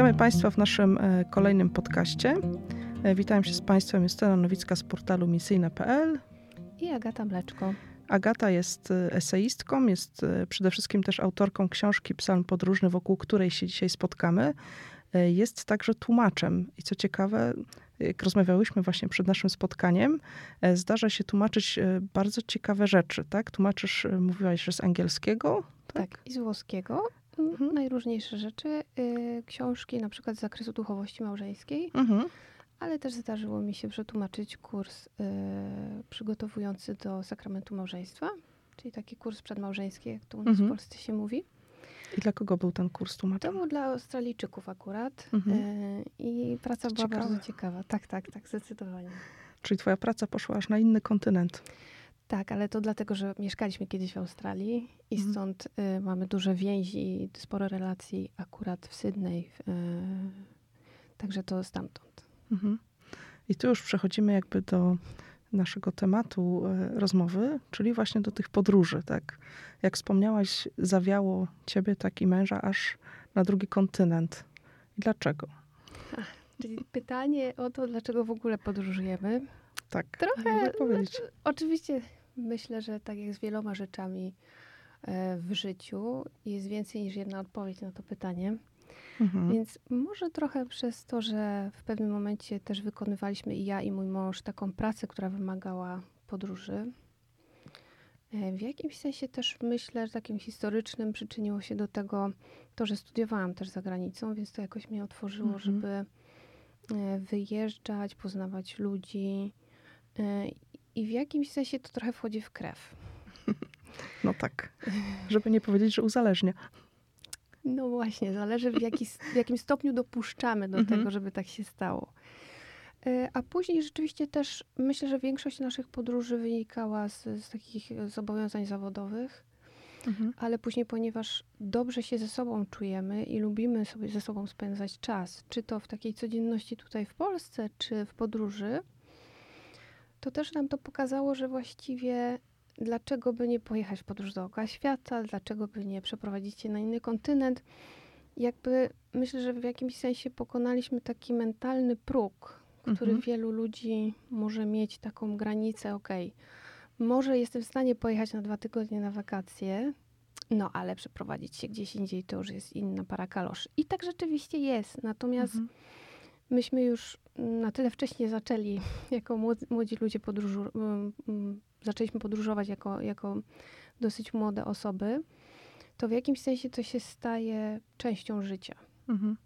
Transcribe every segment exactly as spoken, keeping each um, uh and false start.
Witamy Państwa w naszym e, kolejnym podcaście. E, witam się z Państwem, Justyna Nowicka z portalu misyjna kropka pe el i Agata Mleczko. Agata jest eseistką, jest e, przede wszystkim też autorką książki Psalm Podróżny, wokół której się dzisiaj spotkamy. E, jest także tłumaczem i co ciekawe, jak rozmawiałyśmy właśnie przed naszym spotkaniem, e, zdarza się tłumaczyć e, bardzo ciekawe rzeczy, tak? Tłumaczysz, e, mówiłaś, że z angielskiego? Tak, tak i z włoskiego. Mhm. Najróżniejsze rzeczy. Y, książki na przykład z zakresu duchowości małżeńskiej, mhm. ale też zdarzyło mi się przetłumaczyć kurs y, przygotowujący do sakramentu małżeństwa, czyli taki kurs przedmałżeński, jak tu u nas mhm. w Polsce się mówi. I dla kogo był ten kurs tłumaczony? To był dla Australijczyków akurat mhm. y, i praca była ciekawe. Bardzo ciekawa. Tak, tak, tak, zdecydowanie. Czyli twoja praca poszła aż na inny kontynent. Tak, ale to dlatego, że mieszkaliśmy kiedyś w Australii i mhm. stąd y, mamy duże więzi i sporo relacji akurat w Sydney. Y, także to stamtąd. Mhm. I tu już przechodzimy jakby do naszego tematu y, rozmowy, czyli właśnie do tych podróży, tak? Jak wspomniałaś, zawiało ciebie, tak i męża, aż na drugi kontynent. I dlaczego? Ach, czyli pytanie o to, dlaczego w ogóle podróżujemy. Tak, trochę powiedzieć. Znaczy, oczywiście myślę, że tak jak z wieloma rzeczami e, w życiu jest więcej niż jedna odpowiedź na to pytanie. Mhm. Więc może trochę przez to, że w pewnym momencie też wykonywaliśmy i ja i mój mąż taką pracę, która wymagała podróży. E, w jakimś sensie też myślę, że takim historycznym przyczyniło się do tego to, że studiowałam też za granicą, więc to jakoś mnie otworzyło, mhm. żeby e, wyjeżdżać, poznawać ludzi. I w jakimś sensie to trochę wchodzi w krew. No tak. Żeby nie powiedzieć, że uzależnia. No właśnie, zależy w, jaki, w jakim stopniu dopuszczamy do mhm. tego, żeby tak się stało. A później rzeczywiście też myślę, że większość naszych podróży wynikała z, z takich zobowiązań zawodowych. Mhm. Ale później, ponieważ dobrze się ze sobą czujemy i lubimy sobie ze sobą spędzać czas, czy to w takiej codzienności tutaj w Polsce, czy w podróży, to też nam to pokazało, że właściwie dlaczego by nie pojechać w podróż dookoła świata, dlaczego by nie przeprowadzić się na inny kontynent. Jakby myślę, że w jakimś sensie pokonaliśmy taki mentalny próg, który mhm. wielu ludzi może mieć taką granicę, okej, okay, może jestem w stanie pojechać na dwa tygodnie na wakacje, no ale przeprowadzić się gdzieś indziej to już jest inna para kaloszy. I tak rzeczywiście jest, natomiast mhm. myśmy już na tyle wcześnie zaczęli, jako młodzi, młodzi ludzie podróżu, um, um, zaczęliśmy podróżować jako, jako dosyć młode osoby, to w jakimś sensie to się staje częścią życia. Mhm.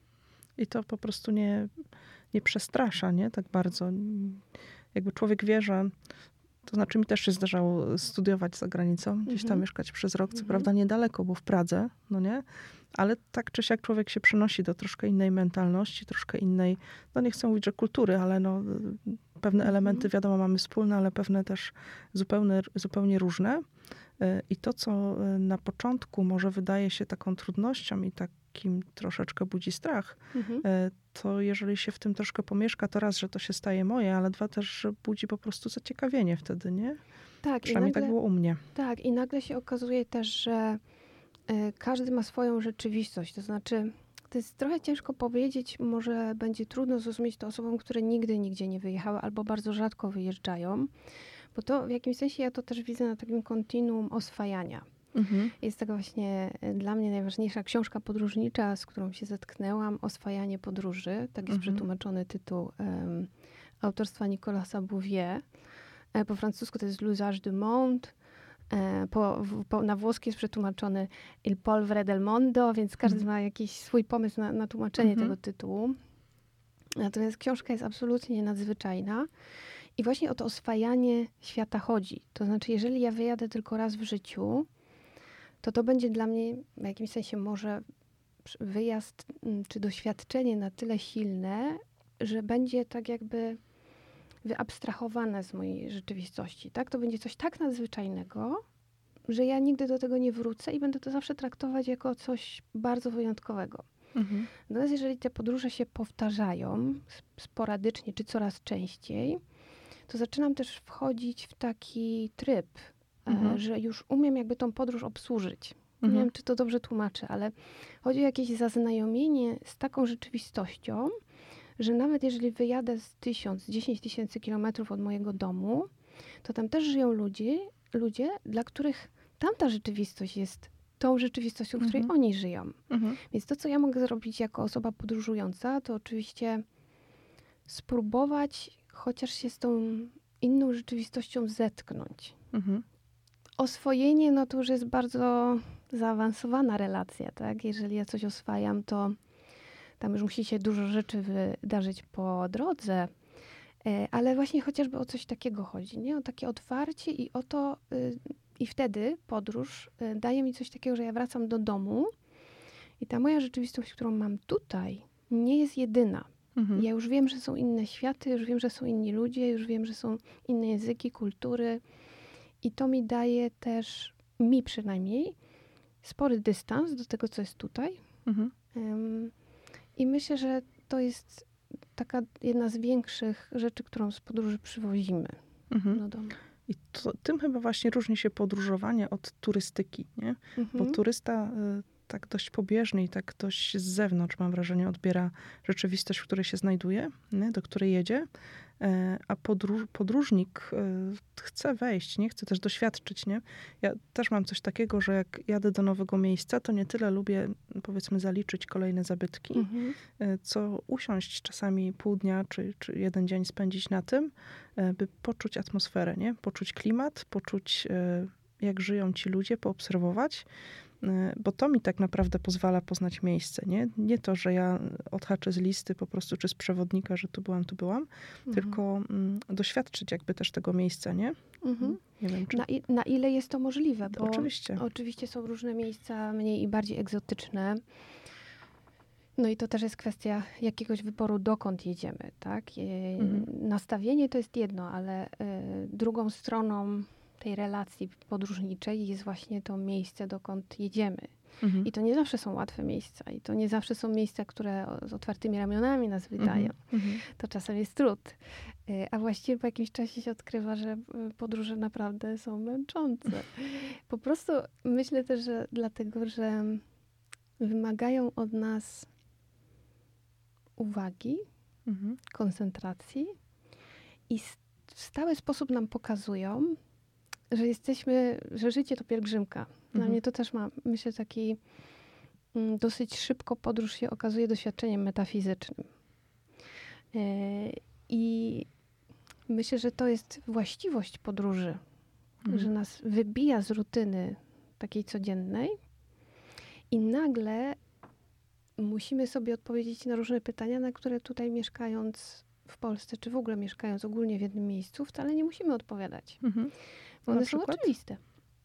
I to po prostu nie, nie przestrasza, nie? Tak bardzo. Jakby człowiek wie, że to znaczy mi też się zdarzało studiować za granicą, gdzieś tam mhm. mieszkać przez rok, co mhm. prawda niedaleko, bo w Pradze, no nie? Ale tak czy siak człowiek się przenosi do troszkę innej mentalności, troszkę innej, no nie chcę mówić, że kultury, ale no pewne mhm. elementy wiadomo mamy wspólne, ale pewne też zupełnie, zupełnie różne. I to, co na początku może wydaje się taką trudnością i takim troszeczkę budzi strach, mhm. to jeżeli się w tym troszkę pomieszka, to raz, że to się staje moje, ale dwa też, że budzi po prostu zaciekawienie wtedy, nie? Tak. Przynajmniej nagle, tak było u mnie. Tak, i nagle się okazuje też, że y, każdy ma swoją rzeczywistość. To znaczy, to jest trochę ciężko powiedzieć, może będzie trudno zrozumieć to osobom, które nigdy nigdzie nie wyjechały albo bardzo rzadko wyjeżdżają. Bo to w jakimś sensie ja to też widzę na takim kontinuum oswajania. Mhm. Jest taka właśnie dla mnie najważniejsza książka podróżnicza, z którą się zetknęłam, Oswajanie podróży. Tak jest mhm. przetłumaczony tytuł um, autorstwa Nicolasa Bouvier. E, po francusku to jest L'usage du monde. E, po, po, na włoski jest przetłumaczony Il polvere del mondo, więc każdy mhm. ma jakiś swój pomysł na, na tłumaczenie mhm. tego tytułu. Natomiast książka jest absolutnie nadzwyczajna. I właśnie o to oswajanie świata chodzi. To znaczy, jeżeli ja wyjadę tylko raz w życiu, to to będzie dla mnie w jakimś sensie może wyjazd czy doświadczenie na tyle silne, że będzie tak jakby wyabstrahowane z mojej rzeczywistości. Tak? To będzie coś tak nadzwyczajnego, że ja nigdy do tego nie wrócę i będę to zawsze traktować jako coś bardzo wyjątkowego. Mhm. Natomiast jeżeli te podróże się powtarzają sporadycznie czy coraz częściej, to zaczynam też wchodzić w taki tryb, mhm. że już umiem jakby tą podróż obsłużyć. Nie mhm. wiem, czy to dobrze tłumaczę, ale chodzi o jakieś zaznajomienie z taką rzeczywistością, że nawet jeżeli wyjadę z tysiąc, dziesięć tysięcy kilometrów od mojego domu, to tam też żyją ludzie, ludzie, dla których tamta rzeczywistość jest tą rzeczywistością, w której mhm. oni żyją. Mhm. Więc to, co ja mogę zrobić jako osoba podróżująca, to oczywiście spróbować chociaż się z tą inną rzeczywistością zetknąć. Mhm. Oswojenie, no to już jest bardzo zaawansowana relacja, tak? Jeżeli ja coś oswajam, to tam już musi się dużo rzeczy wydarzyć po drodze, ale właśnie chociażby o coś takiego chodzi, nie? O takie otwarcie i o to, i wtedy podróż daje mi coś takiego, że ja wracam do domu i ta moja rzeczywistość, którą mam tutaj, nie jest jedyna. Mhm. Ja już wiem, że są inne światy, już wiem, że są inni ludzie, już wiem, że są inne języki, kultury i to mi daje też, mi przynajmniej, spory dystans do tego, co jest tutaj. Mhm. Um, I myślę, że to jest taka jedna z większych rzeczy, którą z podróży przywozimy mhm. do domu. I to, tym chyba właśnie różni się podróżowanie od turystyki, nie? Mhm. Bo turysta y, tak dość pobieżnie i tak dość z zewnątrz, mam wrażenie, odbiera rzeczywistość, w której się znajduje, nie? Do której jedzie, y, a podróż, podróżnik y, chce wejść, nie? Chce też doświadczyć, nie? Ja też mam coś takiego, że jak jadę do nowego miejsca, to nie tyle lubię, powiedzmy, zaliczyć kolejne zabytki, mhm. y, co usiąść czasami pół dnia, czy, czy jeden dzień spędzić na tym, y, by poczuć atmosferę, nie? Poczuć klimat, poczuć, y, jak żyją ci ludzie, poobserwować. Bo to mi tak naprawdę pozwala poznać miejsce, nie? Nie to, że ja odhaczę z listy po prostu, czy z przewodnika, że tu byłam, tu byłam, mhm. tylko mm, doświadczyć jakby też tego miejsca, nie? Mhm. Nie wiem, czy... na, i, na ile jest to możliwe, bo oczywiście. oczywiście są różne miejsca mniej i bardziej egzotyczne. No i to też jest kwestia jakiegoś wyboru, dokąd jedziemy, tak? Mhm. Nastawienie to jest jedno, ale y, drugą stroną tej relacji podróżniczej jest właśnie to miejsce, dokąd jedziemy. Mhm. I to nie zawsze są łatwe miejsca. I to nie zawsze są miejsca, które z otwartymi ramionami nas wydają. Mhm. To czasem jest trud. A właściwie po jakimś czasie się odkrywa, że podróże naprawdę są męczące. Po prostu myślę też, że dlatego, że wymagają od nas uwagi, mhm. koncentracji i w stały sposób nam pokazują, że jesteśmy, że życie to pielgrzymka. Dla mhm. mnie to też ma, myślę, taki mm, dosyć szybko podróż się okazuje doświadczeniem metafizycznym. Yy, I myślę, że to jest właściwość podróży, mhm. że nas wybija z rutyny takiej codziennej i nagle musimy sobie odpowiedzieć na różne pytania, na które tutaj mieszkając w Polsce, czy w ogóle mieszkając ogólnie w jednym miejscu, wcale nie musimy odpowiadać. Mhm. Bo one są oczywiste.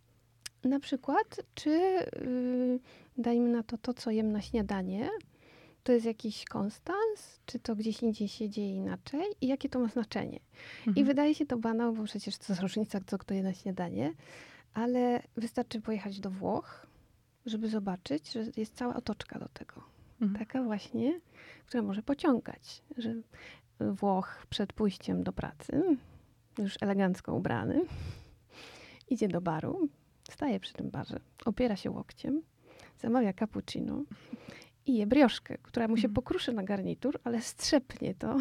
Na przykład, czy yy, dajmy na to to, co jem na śniadanie, to jest jakiś konstans, czy to gdzieś indziej się dzieje inaczej i jakie to ma znaczenie. Mhm. I wydaje się to banał, bo przecież to jest różnica, co kto je na śniadanie, ale wystarczy pojechać do Włoch, żeby zobaczyć, że jest cała otoczka do tego. Mhm. Taka właśnie, która może pociągać, że Włoch przed pójściem do pracy, już elegancko ubrany, idzie do baru, staje przy tym barze, opiera się łokciem, zamawia cappuccino i je brioszkę, która mu się mm. pokruszy na garnitur, ale strzepnie to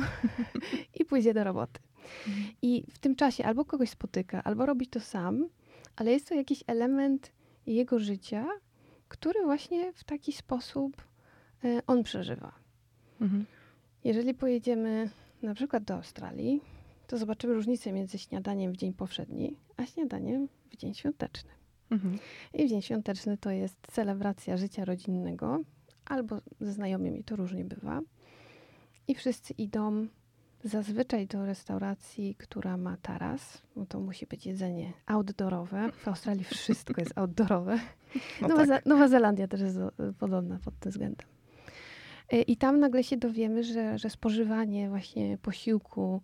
i pójdzie do roboty. Mm. I w tym czasie albo kogoś spotyka, albo robi to sam, ale jest to jakiś element jego życia, który właśnie w taki sposób y, on przeżywa. Mm. Jeżeli pojedziemy na przykład do Australii, to zobaczymy różnicę między śniadaniem w dzień powszedni, a śniadaniem w dzień świąteczny. Mhm. I w dzień świąteczny to jest celebracja życia rodzinnego, albo ze znajomymi, to różnie bywa. I wszyscy idą zazwyczaj do restauracji, która ma taras, bo to musi być jedzenie outdoorowe. W Australii wszystko jest outdoorowe. No Nowa, tak. Ze- Nowa Zelandia też jest podobna pod tym względem. I tam nagle się dowiemy, że, że spożywanie właśnie posiłku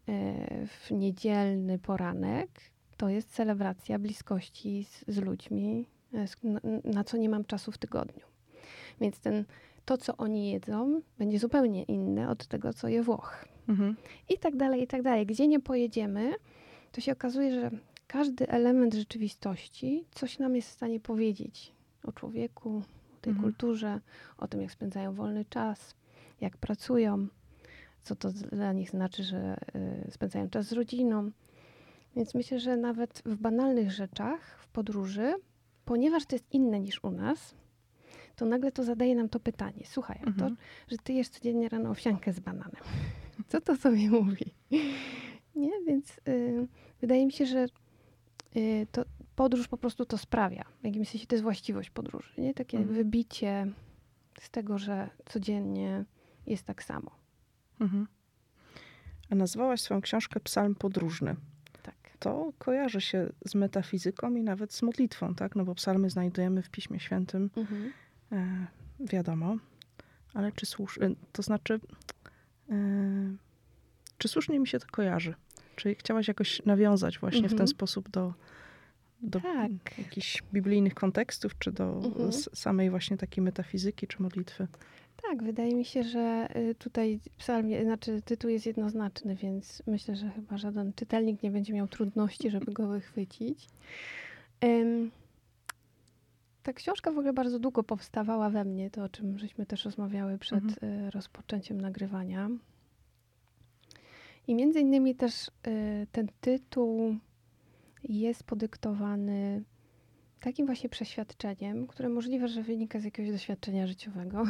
w niedzielny poranek to jest celebracja bliskości z, z ludźmi, na, na co nie mam czasu w tygodniu. Więc ten, to, co oni jedzą, będzie zupełnie inne od tego, co je Włoch. Mhm. I tak dalej, i tak dalej. Gdzie nie pojedziemy, to się okazuje, że każdy element rzeczywistości coś nam jest w stanie powiedzieć o człowieku, o tej Mhm. kulturze, o tym, jak spędzają wolny czas, jak pracują, co to dla nich znaczy, że y, spędzają czas z rodziną. Więc myślę, że nawet w banalnych rzeczach w podróży, ponieważ to jest inne niż u nas, to nagle to zadaje nam to pytanie. Słuchaj, a to, Mhm. że ty jesz codziennie rano owsiankę z bananem. Co to sobie mówi? Nie? Więc y, wydaje mi się, że y, to podróż po prostu to sprawia. W jakimś sensie to jest właściwość podróży. Nie? Takie Mhm. wybicie z tego, że codziennie jest tak samo. Mhm. A nazwałaś swoją książkę Psalm podróżny. Tak. To kojarzy się z metafizyką i nawet z modlitwą, tak? No bo psalmy znajdujemy w Piśmie Świętym, Mhm. e, wiadomo. Ale czy słusznie, to znaczy, e, czy słusznie mi się to kojarzy? Czy chciałaś jakoś nawiązać właśnie w ten Mhm. sposób do, do Tak. jakichś biblijnych kontekstów, czy do Mhm. s- samej właśnie takiej metafizyki, czy modlitwy? Tak, wydaje mi się, że y, tutaj psalm, znaczy tytuł jest jednoznaczny, więc myślę, że chyba żaden czytelnik nie będzie miał trudności, żeby go wychwycić. Ym, ta książka w ogóle bardzo długo powstawała we mnie, to o czym żeśmy też rozmawiały przed Mhm. y, rozpoczęciem nagrywania. I między innymi też y, ten tytuł jest podyktowany takim właśnie przeświadczeniem, które możliwe, że wynika z jakiegoś doświadczenia życiowego,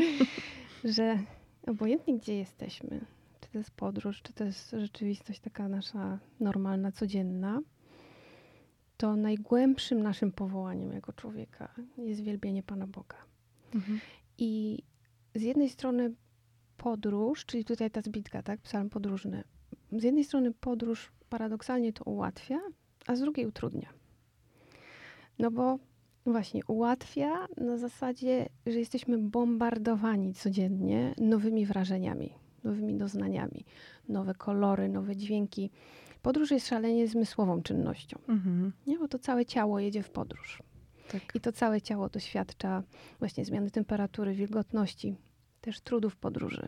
że obojętnie gdzie jesteśmy, czy to jest podróż, czy to jest rzeczywistość taka nasza normalna, codzienna, to najgłębszym naszym powołaniem jako człowieka jest wielbienie Pana Boga. Mhm. I z jednej strony podróż, czyli tutaj ta zbitka, tak, psalm podróżny, z jednej strony podróż paradoksalnie to ułatwia, a z drugiej utrudnia. No bo właśnie ułatwia na zasadzie, że jesteśmy bombardowani codziennie nowymi wrażeniami, nowymi doznaniami, nowe kolory, nowe dźwięki. Podróż jest szalenie zmysłową czynnością, Mhm. nie? Bo to całe ciało jedzie w podróż. Tak. I to całe ciało doświadcza właśnie zmiany temperatury, wilgotności, też trudów podróży.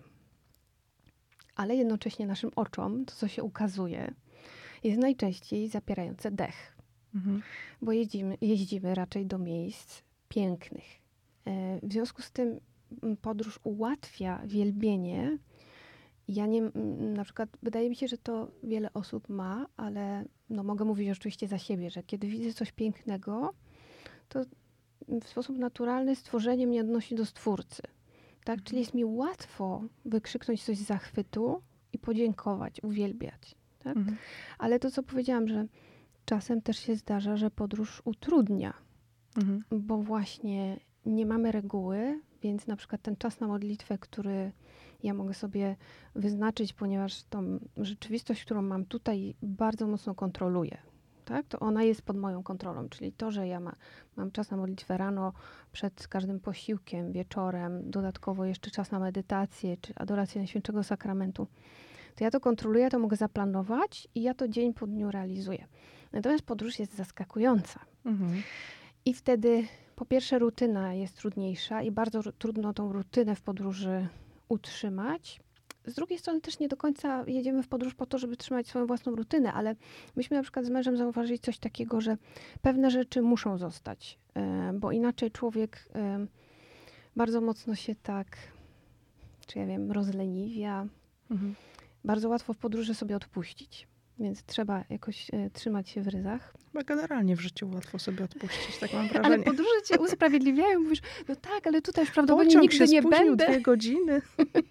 Ale jednocześnie naszym oczom, to co się ukazuje, jest najczęściej zapierające dech. Mhm. Bo jeździmy, jeździmy raczej do miejsc pięknych. E, W związku z tym m, podróż ułatwia wielbienie. Ja nie, m, na przykład wydaje mi się, że to wiele osób ma, ale no mogę mówić oczywiście za siebie, że kiedy widzę coś pięknego, to w sposób naturalny stworzenie mnie odnosi do Stwórcy. Tak? Czyli jest mi łatwo wykrzyknąć coś z zachwytu i podziękować, uwielbiać. Tak? Mhm. Ale to, co powiedziałam, że czasem też się zdarza, że podróż utrudnia, Mhm. bo właśnie nie mamy reguły, więc na przykład ten czas na modlitwę, który ja mogę sobie wyznaczyć, ponieważ tą rzeczywistość, którą mam tutaj, bardzo mocno kontroluję. Tak? To ona jest pod moją kontrolą, czyli to, że ja ma, mam czas na modlitwę rano, przed każdym posiłkiem, wieczorem, dodatkowo jeszcze czas na medytację czy adorację Najświętszego Sakramentu, to ja to kontroluję, ja to mogę zaplanować i ja to dzień po dniu realizuję. Natomiast podróż jest zaskakująca. Mhm. I wtedy po pierwsze rutyna jest trudniejsza i bardzo ru- trudno tą rutynę w podróży utrzymać. Z drugiej strony też nie do końca jedziemy w podróż po to, żeby trzymać swoją własną rutynę, ale myśmy na przykład z mężem zauważyli coś takiego, że pewne rzeczy muszą zostać, e, bo inaczej człowiek e, bardzo mocno się tak, czy ja wiem, rozleniwia. Mhm. Bardzo łatwo w podróży sobie odpuścić, więc trzeba jakoś e, trzymać się w ryzach. Chyba generalnie w życiu łatwo sobie odpuścić, tak mam Ale wrażenie. podróże cię usprawiedliwiają, mówisz, no tak, ale tutaj już prawdopodobnie Pociąg nigdy się nie spóźnił będę. dwie godziny.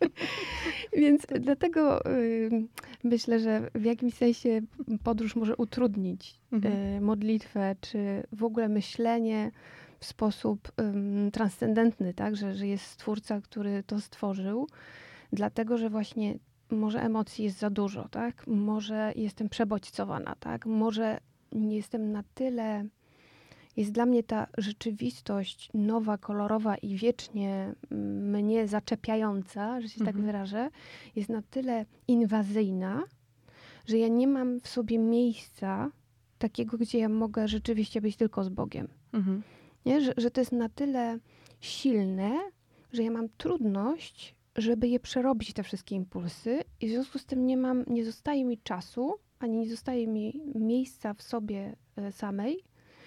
Więc dlatego y, myślę, że w jakimś sensie podróż może utrudnić Mhm. y, modlitwę, czy w ogóle myślenie w sposób ym, transcendentny, tak? Że, że jest Stwórca, który to stworzył, dlatego, że właśnie może emocji jest za dużo, tak? Może jestem przebodźcowana, tak? Może nie jestem na tyle... Jest dla mnie ta rzeczywistość nowa, kolorowa i wiecznie mnie zaczepiająca, że się Mhm. tak wyrażę, jest na tyle inwazyjna, że ja nie mam w sobie miejsca takiego, gdzie ja mogę rzeczywiście być tylko z Bogiem. Mhm. Nie? Że, że to jest na tyle silne, że ja mam trudność, żeby je przerobić, te wszystkie impulsy, i w związku z tym nie mam, nie zostaje mi czasu, ani nie zostaje mi miejsca w sobie e, samej,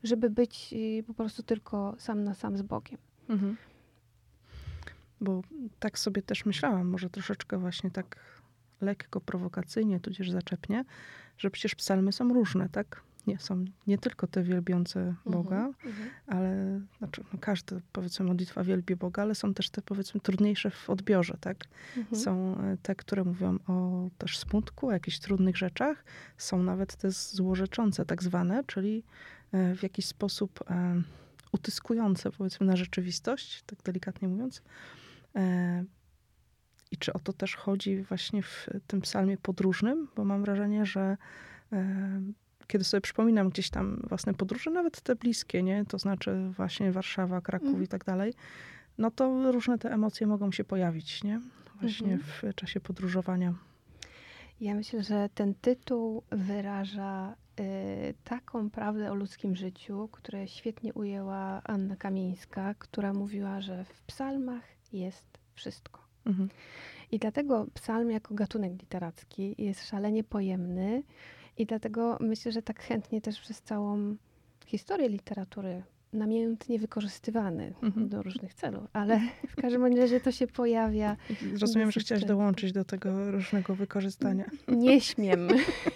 żeby być y, po prostu tylko sam na sam z Bogiem. Mhm. Bo tak sobie też myślałam, może troszeczkę właśnie tak lekko, prowokacyjnie, tudzież zaczepnie, że przecież psalmy są różne, tak? Nie, są nie tylko te wielbiące Boga, Mhm, mhm. ale znaczy, no każda, powiedzmy, modlitwa wielbi Boga, ale są też te, powiedzmy, trudniejsze w odbiorze, tak? Mhm. Są e, te, które mówią o też smutku, o jakichś trudnych rzeczach. Są nawet te złorzeczące tak zwane, czyli e, w jakiś sposób e, utyskujące, powiedzmy, na rzeczywistość, tak delikatnie mówiąc. E, I czy o to też chodzi właśnie w tym psalmie podróżnym? Bo mam wrażenie, że e, kiedy sobie przypominam gdzieś tam własne podróże, nawet te bliskie, nie? To znaczy właśnie Warszawa, Kraków Mhm. i tak dalej, no to różne te emocje mogą się pojawić, nie? Właśnie Mhm. w czasie podróżowania. Ja myślę, że ten tytuł wyraża y, taką prawdę o ludzkim życiu, które świetnie ujęła Anna Kamieńska, która mówiła, że w psalmach jest wszystko. Mhm. I dlatego psalm jako gatunek literacki jest szalenie pojemny i dlatego myślę, że tak chętnie też przez całą historię literatury namiętnie wykorzystywany Mhm. do różnych celów, ale w każdym bądź razie to się pojawia. Rozumiem, że dosyć chciałaś często. dołączyć do tego różnego wykorzystania. Nie śmiem.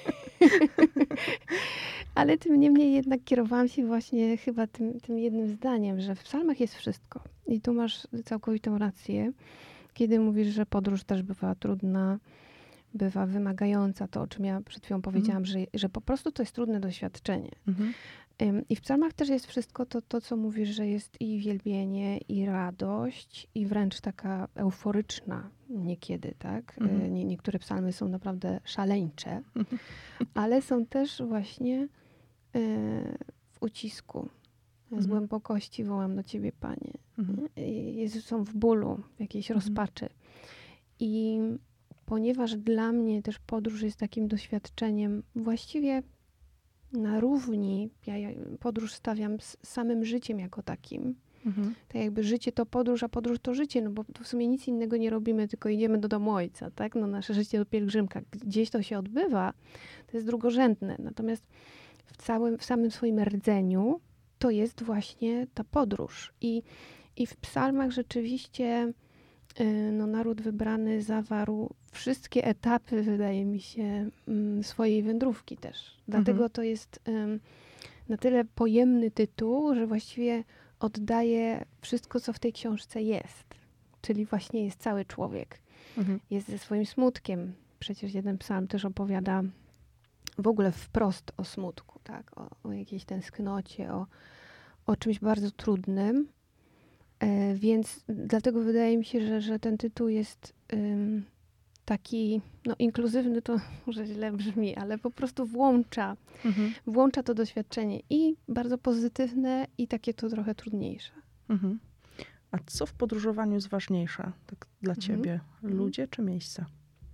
Ale tym niemniej jednak kierowałam się właśnie chyba tym, tym jednym zdaniem, że w psalmach jest wszystko. I tu masz całkowitą rację, kiedy mówisz, że podróż też bywa trudna, bywa wymagająca. To, o czym ja przed chwilą powiedziałam, że, że po prostu to jest trudne doświadczenie. Mhm. Ym, I w psalmach też jest wszystko to, to, co mówisz, że jest i wielbienie, i radość, i wręcz taka euforyczna niekiedy, tak? Mhm. Y, Nie, niektóre psalmy są naprawdę szaleńcze, Mhm. ale są też właśnie y, w ucisku. Z Mhm. głębokości wołam do Ciebie, Panie. Mhm. Y, Jezu, są w bólu, w jakiejś Mhm. rozpaczy. I ponieważ dla mnie też podróż jest takim doświadczeniem właściwie na równi, ja ja podróż stawiam z samym życiem jako takim. Mhm. Tak jakby życie to podróż, a podróż to życie, no bo w sumie nic innego nie robimy, tylko idziemy do domu Ojca, tak? No nasze życie to pielgrzymka. Gdzieś to się odbywa, to jest drugorzędne. Natomiast w całym, w samym swoim rdzeniu to jest właśnie ta podróż. I, i w psalmach rzeczywiście y, no, naród wybrany zawarł wszystkie etapy, wydaje mi się, mm, swojej wędrówki też. Dlatego Mhm. to jest ym, na tyle pojemny tytuł, że właściwie oddaje wszystko, co w tej książce jest. Czyli właśnie jest cały człowiek. Mhm. Jest ze swoim smutkiem. Przecież jeden psalm też opowiada w ogóle wprost o smutku, tak? O, o jakiejś tęsknocie, o, o czymś bardzo trudnym. E, więc dlatego wydaje mi się, że, że ten tytuł jest ym, taki, no inkluzywny to może źle brzmi, ale po prostu włącza, Mhm. włącza to doświadczenie i bardzo pozytywne, i takie to trochę trudniejsze. Mhm. A co w podróżowaniu jest ważniejsze tak dla Mhm. ciebie? Mhm. Ludzie czy miejsca?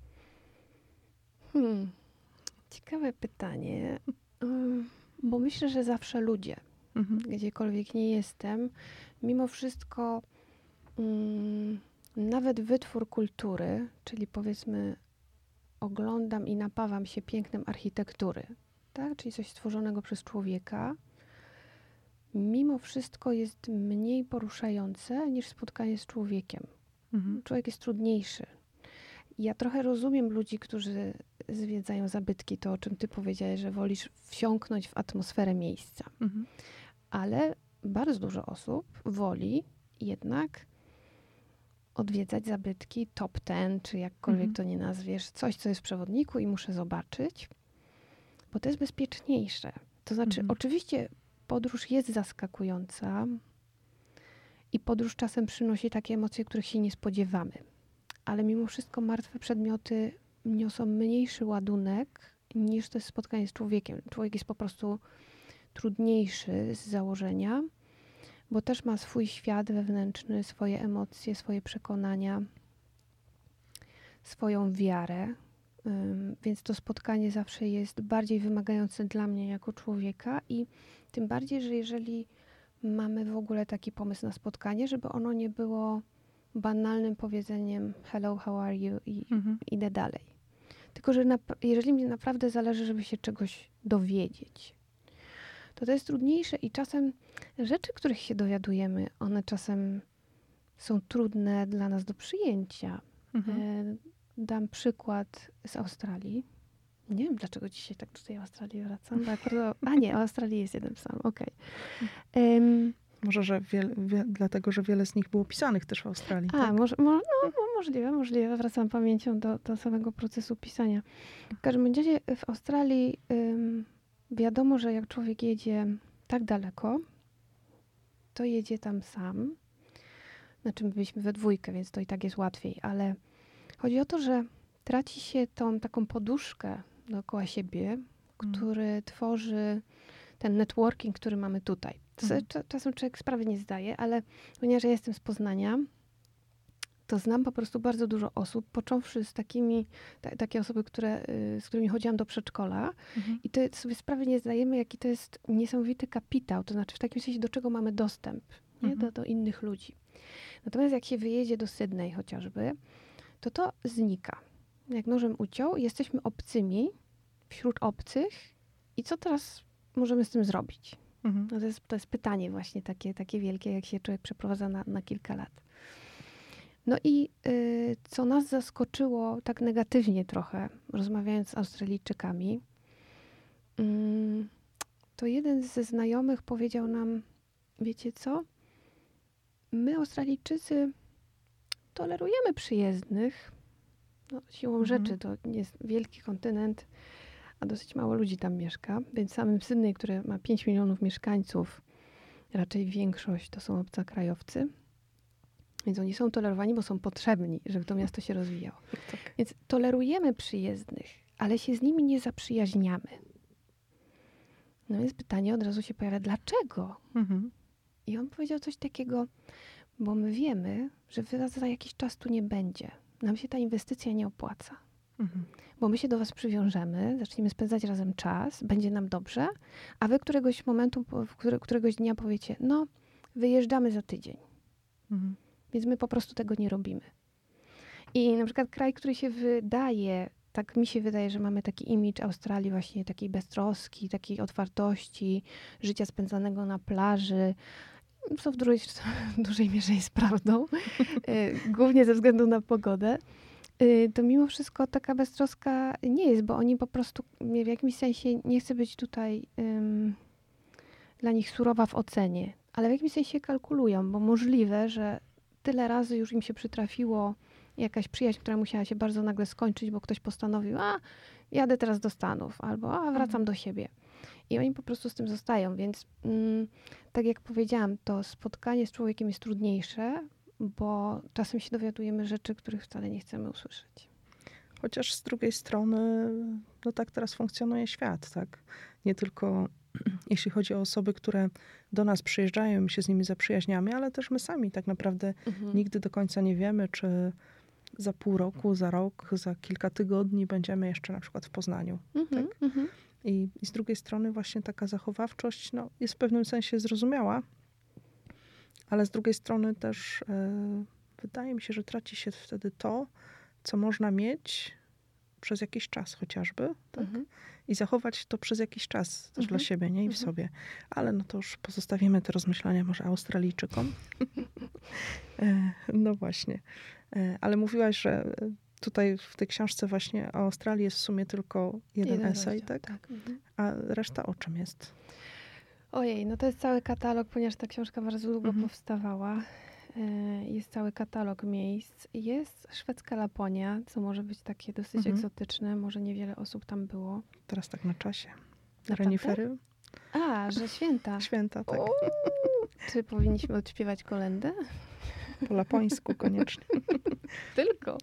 Hmm. Ciekawe pytanie, Ym, bo myślę, że zawsze ludzie. Mhm. Gdziekolwiek nie jestem, mimo wszystko mm, nawet wytwór kultury, czyli powiedzmy oglądam i napawam się pięknem architektury, tak? Czyli coś stworzonego przez człowieka, mimo wszystko jest mniej poruszające niż spotkanie z człowiekiem. Mhm. Człowiek jest trudniejszy. Ja trochę rozumiem ludzi, którzy zwiedzają zabytki, to o czym ty powiedziałeś, że wolisz wsiąknąć w atmosferę miejsca. Mhm. Ale bardzo dużo osób woli jednak odwiedzać zabytki top ten, czy jakkolwiek Mhm. to nie nazwiesz, coś, co jest w przewodniku i muszę zobaczyć, bo to jest bezpieczniejsze. To znaczy, Mhm. oczywiście podróż jest zaskakująca i podróż czasem przynosi takie emocje, których się nie spodziewamy. Ale mimo wszystko martwe przedmioty niosą mniejszy ładunek niż to jest spotkanie z człowiekiem. Człowiek jest po prostu trudniejszy z założenia, bo też ma swój świat wewnętrzny, swoje emocje, swoje przekonania, swoją wiarę. Ym, Więc to spotkanie zawsze jest bardziej wymagające dla mnie jako człowieka i tym bardziej, że jeżeli mamy w ogóle taki pomysł na spotkanie, żeby ono nie było banalnym powiedzeniem hello, how are you i Mhm. idę dalej. Tylko, że nap- jeżeli mi naprawdę zależy, żeby się czegoś dowiedzieć, to to jest trudniejsze i czasem rzeczy, których się dowiadujemy, one czasem są trudne dla nas do przyjęcia. Mhm. E, Dam przykład z Australii. Nie wiem, dlaczego dzisiaj tak tutaj o Australii wracam. Bo bardzo... A nie, o Australii jest jeden psalm, okej. Okay. Może, że wiel, wie, dlatego, że wiele z nich było pisanych też w Australii. A, tak? może, mo, no, możliwe, możliwe. Wracam pamięcią do, do samego procesu pisania. W każdym razie w Australii ym, wiadomo, że jak człowiek jedzie tak daleko, to jedzie tam sam. Znaczy my byliśmy we dwójkę, więc to i tak jest łatwiej, ale chodzi o to, że traci się tą taką poduszkę dookoła siebie, Mm. który tworzy ten networking, który mamy tutaj. To Mhm. sobie cza- czasem człowiek sprawy nie zdaje, ale ponieważ ja jestem z Poznania, to znam po prostu bardzo dużo osób, począwszy z takimi, ta, takie osoby, które, y, z którymi chodziłam do przedszkola Mhm. i to sobie sprawy nie zdajemy, jaki to jest niesamowity kapitał, to znaczy w takim sensie, do czego mamy dostęp, nie? Mhm. Do, do innych ludzi. Natomiast jak się wyjedzie do Sydney chociażby, to to znika. Jak nożem uciął, jesteśmy obcymi wśród obcych i co teraz możemy z tym zrobić? Mhm. No to, jest, to jest pytanie właśnie takie, takie wielkie, jak się człowiek przeprowadza na, na kilka lat. No i y, co nas zaskoczyło tak negatywnie trochę, rozmawiając z Australijczykami, ym, to jeden ze znajomych powiedział nam, wiecie co, my Australijczycy tolerujemy przyjezdnych, no, siłą Mhm. rzeczy to nie jest wielki kontynent, a dosyć mało ludzi tam mieszka, więc samym Sydney, które ma pięć milionów mieszkańców, raczej większość to są obcokrajowcy, więc oni są tolerowani, bo są potrzebni, żeby to miasto się rozwijało. Tak. Więc tolerujemy przyjezdnych, ale się z nimi nie zaprzyjaźniamy. No więc pytanie od razu się pojawia, dlaczego? Mhm. I on powiedział coś takiego, bo my wiemy, że wy za jakiś czas tu nie będzie. Nam się ta inwestycja nie opłaca. Mhm. Bo my się do was przywiążemy, zaczniemy spędzać razem czas, będzie nam dobrze, a wy któregoś momentu, w które, któregoś dnia powiecie, no wyjeżdżamy za tydzień. Mhm. Więc my po prostu tego nie robimy. I na przykład kraj, który się wydaje, tak mi się wydaje, że mamy taki imidż Australii właśnie takiej beztroski, takiej otwartości, życia spędzanego na plaży, co w dużej, w dużej mierze jest prawdą, y, głównie ze względu na pogodę, y, to mimo wszystko taka beztroska nie jest, bo oni po prostu w jakimś sensie, nie chcę być tutaj ym, dla nich surowa w ocenie, ale w jakimś sensie kalkulują, bo możliwe, że tyle razy już im się przytrafiło jakaś przyjaźń, która musiała się bardzo nagle skończyć, bo ktoś postanowił, a jadę teraz do Stanów, albo a wracam Mhm. do siebie. I oni po prostu z tym zostają, więc mm, tak jak powiedziałam, to spotkanie z człowiekiem jest trudniejsze, bo czasem się dowiadujemy rzeczy, których wcale nie chcemy usłyszeć. Chociaż z drugiej strony, no tak teraz funkcjonuje świat, tak? Nie tylko jeśli chodzi o osoby, które do nas przyjeżdżają, my się z nimi zaprzyjaźniamy, ale też my sami tak naprawdę Mhm. nigdy do końca nie wiemy, czy za pół roku, za rok, za kilka tygodni będziemy jeszcze na przykład w Poznaniu. Mhm, tak? mhm. I, I z drugiej strony właśnie taka zachowawczość no, jest w pewnym sensie zrozumiała, ale z drugiej strony też e, wydaje mi się, że traci się wtedy to, co można mieć przez jakiś czas chociażby, tak? Mhm. I zachować to przez jakiś czas też Mhm. dla siebie, nie? I w Mhm. sobie. Ale no to już pozostawimy te rozmyślania może Australijczykom. E, no właśnie. E, Ale mówiłaś, że tutaj w tej książce właśnie o Australii jest w sumie tylko jeden, Jeden esej, rozdział, tak? tak. Mhm. A reszta o czym jest? Ojej, no to jest cały katalog, ponieważ ta książka bardzo długo Mhm. powstawała. E, Jest cały katalog miejsc. Jest szwedzka Laponia, co może być takie dosyć Mhm. egzotyczne. Może niewiele osób tam było. Teraz tak na czasie. Naprawdę? Renifery? A, że święta. Święta, tak. Uuu, czy powinniśmy odśpiewać kolędę? Po lapońsku koniecznie. Tylko.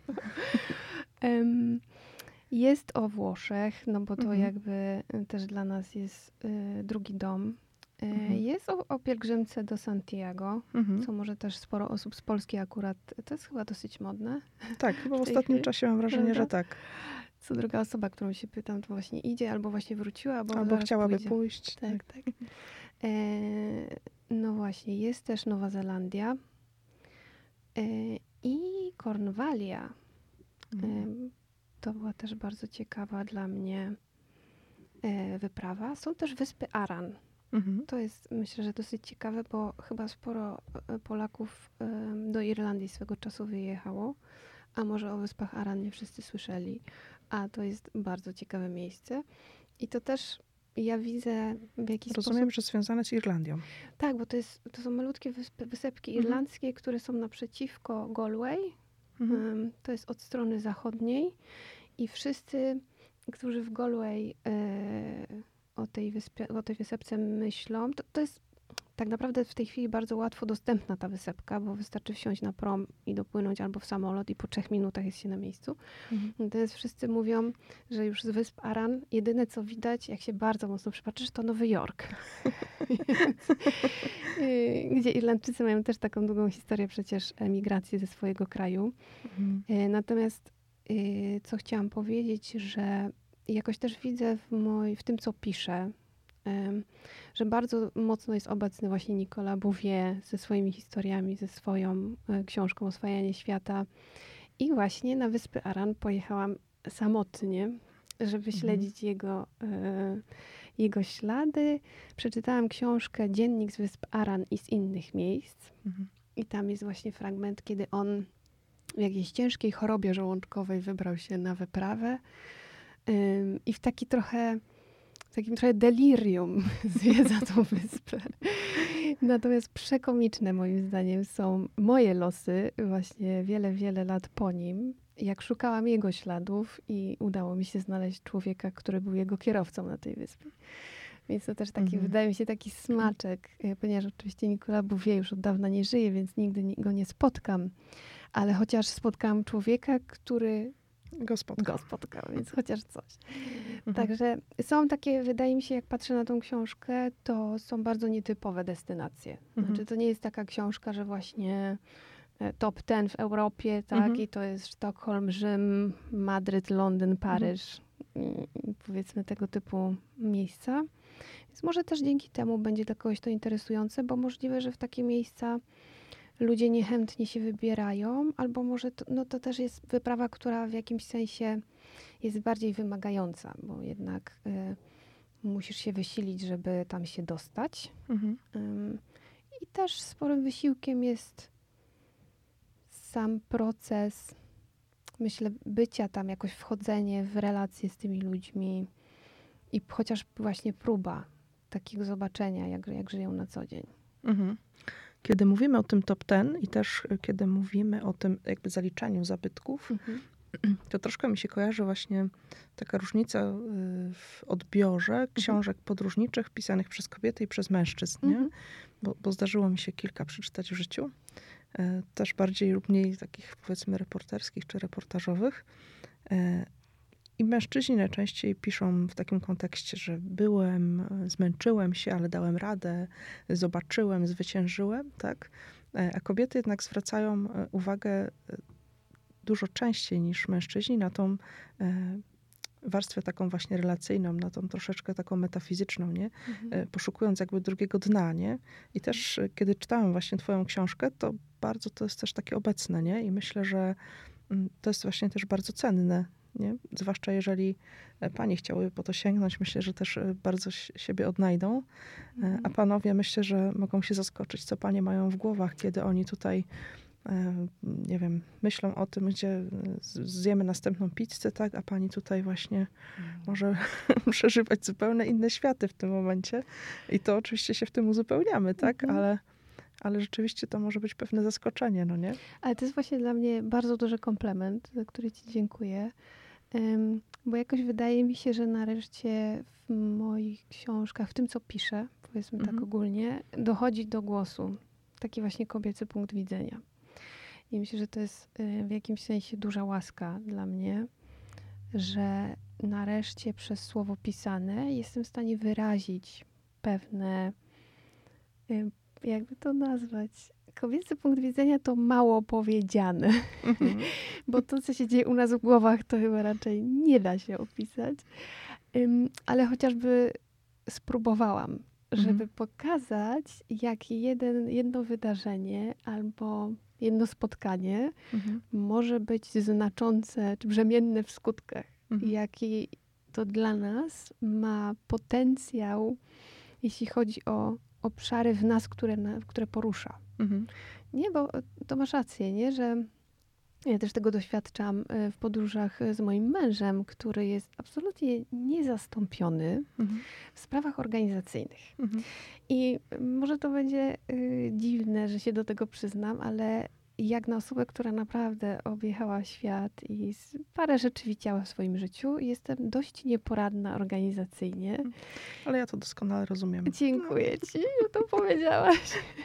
Em, Jest o Włoszech, no bo to Mhm. jakby y, też dla nas jest y, drugi dom. Y, Mhm. Jest o, o pielgrzymce do Santiago, Mhm. co może też sporo osób z Polski akurat, to jest chyba dosyć modne. Tak, chyba w w tej ostatnim chwili, czasie mam wrażenie, prawda? że tak. Co druga osoba, którą się pytam, to właśnie idzie, albo właśnie wróciła, albo, Albo zaraz chciałaby pójdzie. pójść. Tak, tak. E, no właśnie, jest też Nowa Zelandia e, i Kornwalia. Mhm. E, to była też bardzo ciekawa dla mnie e, wyprawa. Są też wyspy Aran. Mhm. To jest, myślę, że dosyć ciekawe, bo chyba sporo e, Polaków em, do Irlandii swego czasu wyjechało, a może o Wyspach Aran nie wszyscy słyszeli, a to jest bardzo ciekawe miejsce. I to też ja widzę w jakiś Rozumiem, sposób... że związane z Irlandią. Tak, bo to, jest, to są malutkie wyspy, wysepki Mhm. irlandzkie, które są naprzeciwko Galway. Mhm. Em, To jest od strony zachodniej i wszyscy, którzy w Galway e, o, tej wyspie, o tej wysepce myślą, to, to jest tak naprawdę w tej chwili bardzo łatwo dostępna ta wysepka, bo wystarczy wsiąść na prom i dopłynąć albo w samolot i po trzech minutach jest się na miejscu. Mhm. Natomiast wszyscy mówią, że już z Wysp Aran jedyne co widać, jak się bardzo mocno przypatrzysz, to Nowy Jork. Więc, y, gdzie Irlandczycy mają też taką długą historię przecież emigracji ze swojego kraju. Mhm. Y, Natomiast y, co chciałam powiedzieć, że jakoś też widzę w, moj, w tym, co piszę, em, że bardzo mocno jest obecny właśnie Nicolas Bouvier ze swoimi historiami, ze swoją e, książką Oswajanie świata. I właśnie na Wyspy Aran pojechałam samotnie, żeby śledzić jego, e, jego ślady. Przeczytałam książkę Dziennik z Wysp Aran i z innych miejsc. Mhm. I tam jest właśnie fragment, kiedy on w jakiejś ciężkiej chorobie żołądkowej wybrał się na wyprawę. Ym, I w taki trochę, w takim trochę delirium zwiedza tą wyspę. Natomiast przekomiczne moim zdaniem są moje losy właśnie wiele, wiele lat po nim. Jak szukałam jego śladów i udało mi się znaleźć człowieka, który był jego kierowcą na tej wyspie. Więc to też taki, Mhm. wydaje mi się, taki smaczek, y, ponieważ oczywiście Nicolas Bouvier już od dawna nie żyje, więc nigdy ni- go nie spotkam. Ale chociaż spotkałam człowieka, który Go spotkał. go spotkał, więc chociaż coś. Mhm. Także są takie, wydaje mi się, jak patrzę na tą książkę, to są bardzo nietypowe destynacje. Mhm. Znaczy, to nie jest taka książka, że właśnie e, top ten w Europie, tak, Mhm. i to jest Sztokholm, Rzym, Madryt, Londyn, Paryż, i, i powiedzmy tego typu miejsca. Więc może też dzięki temu będzie dla kogoś to interesujące, bo możliwe, że w takie miejsca ludzie niechętnie się wybierają, albo może to, no to też jest wyprawa, która w jakimś sensie jest bardziej wymagająca, bo jednak y, musisz się wysilić, żeby tam się dostać. Mhm. Ym, I też sporym wysiłkiem jest sam proces, myślę, bycia tam, jakoś wchodzenie w relacje z tymi ludźmi i chociaż właśnie próba takiego zobaczenia, jak, jak żyją na co dzień. Mhm. Kiedy mówimy o tym top ten i też y, kiedy mówimy o tym jakby zaliczaniu zabytków, Mhm. to troszkę mi się kojarzy właśnie taka różnica y, w odbiorze książek podróżniczych pisanych przez kobiety i przez mężczyzn, nie? Mhm. Bo, bo zdarzyło mi się kilka przeczytać w życiu. E, Też bardziej lub mniej takich powiedzmy reporterskich czy reportażowych. E, I mężczyźni najczęściej piszą w takim kontekście, że byłem, e, zmęczyłem się, ale dałem radę, zobaczyłem, zwyciężyłem, tak? E, A kobiety jednak zwracają e, uwagę e, dużo częściej niż mężczyźni na tą e, warstwę taką właśnie relacyjną, na tą troszeczkę taką metafizyczną, nie? Mhm. E, Poszukując jakby drugiego dna, nie? I też e, kiedy czytałam właśnie twoją książkę, to bardzo to jest też takie obecne, nie? I myślę, że mm, to jest właśnie też bardzo cenne, nie? Zwłaszcza jeżeli e, panie chciałyby po to sięgnąć, myślę, że też e, bardzo si- siebie odnajdą. E, A panowie myślę, że mogą się zaskoczyć, co panie mają w głowach, kiedy oni tutaj e, nie wiem, myślą o tym, gdzie e, z- zjemy następną pizzę, tak? A pani tutaj właśnie może przeżywać zupełnie inne światy w tym momencie. I to oczywiście się w tym uzupełniamy, tak? Mhm. Ale, ale rzeczywiście to może być pewne zaskoczenie, no nie? Ale to jest właśnie dla mnie bardzo duży komplement, za który ci dziękuję. Ym, bo jakoś wydaje mi się, że nareszcie w moich książkach, w tym co piszę, powiedzmy tak Mhm. ogólnie, dochodzi do głosu taki właśnie kobiecy punkt widzenia. I myślę, że to jest y, w jakimś sensie duża łaska dla mnie, że nareszcie przez słowo pisane jestem w stanie wyrazić pewne, y, jakby to nazwać, kobiecy punkt widzenia to mało powiedziane. Mhm. Bo to, co się dzieje u nas w głowach, to chyba raczej nie da się opisać. Ym, ale chociażby spróbowałam, żeby Mhm. pokazać, jak jeden, jedno wydarzenie albo jedno spotkanie Mhm. może być znaczące czy brzemienne w skutkach. Mhm. Jaki to dla nas ma potencjał jeśli chodzi o obszary w nas, które, na, które porusza. Mhm. Nie, bo to masz rację, nie, że ja też tego doświadczam w podróżach z moim mężem, który jest absolutnie niezastąpiony Mhm. w sprawach organizacyjnych. Mhm. I może to będzie y, dziwne, że się do tego przyznam, ale jak na osobę, która naprawdę objechała świat i parę rzeczy widziała w swoim życiu, jestem dość nieporadna organizacyjnie. Ale ja to doskonale rozumiem. Dziękuję ci, że to powiedziałaś.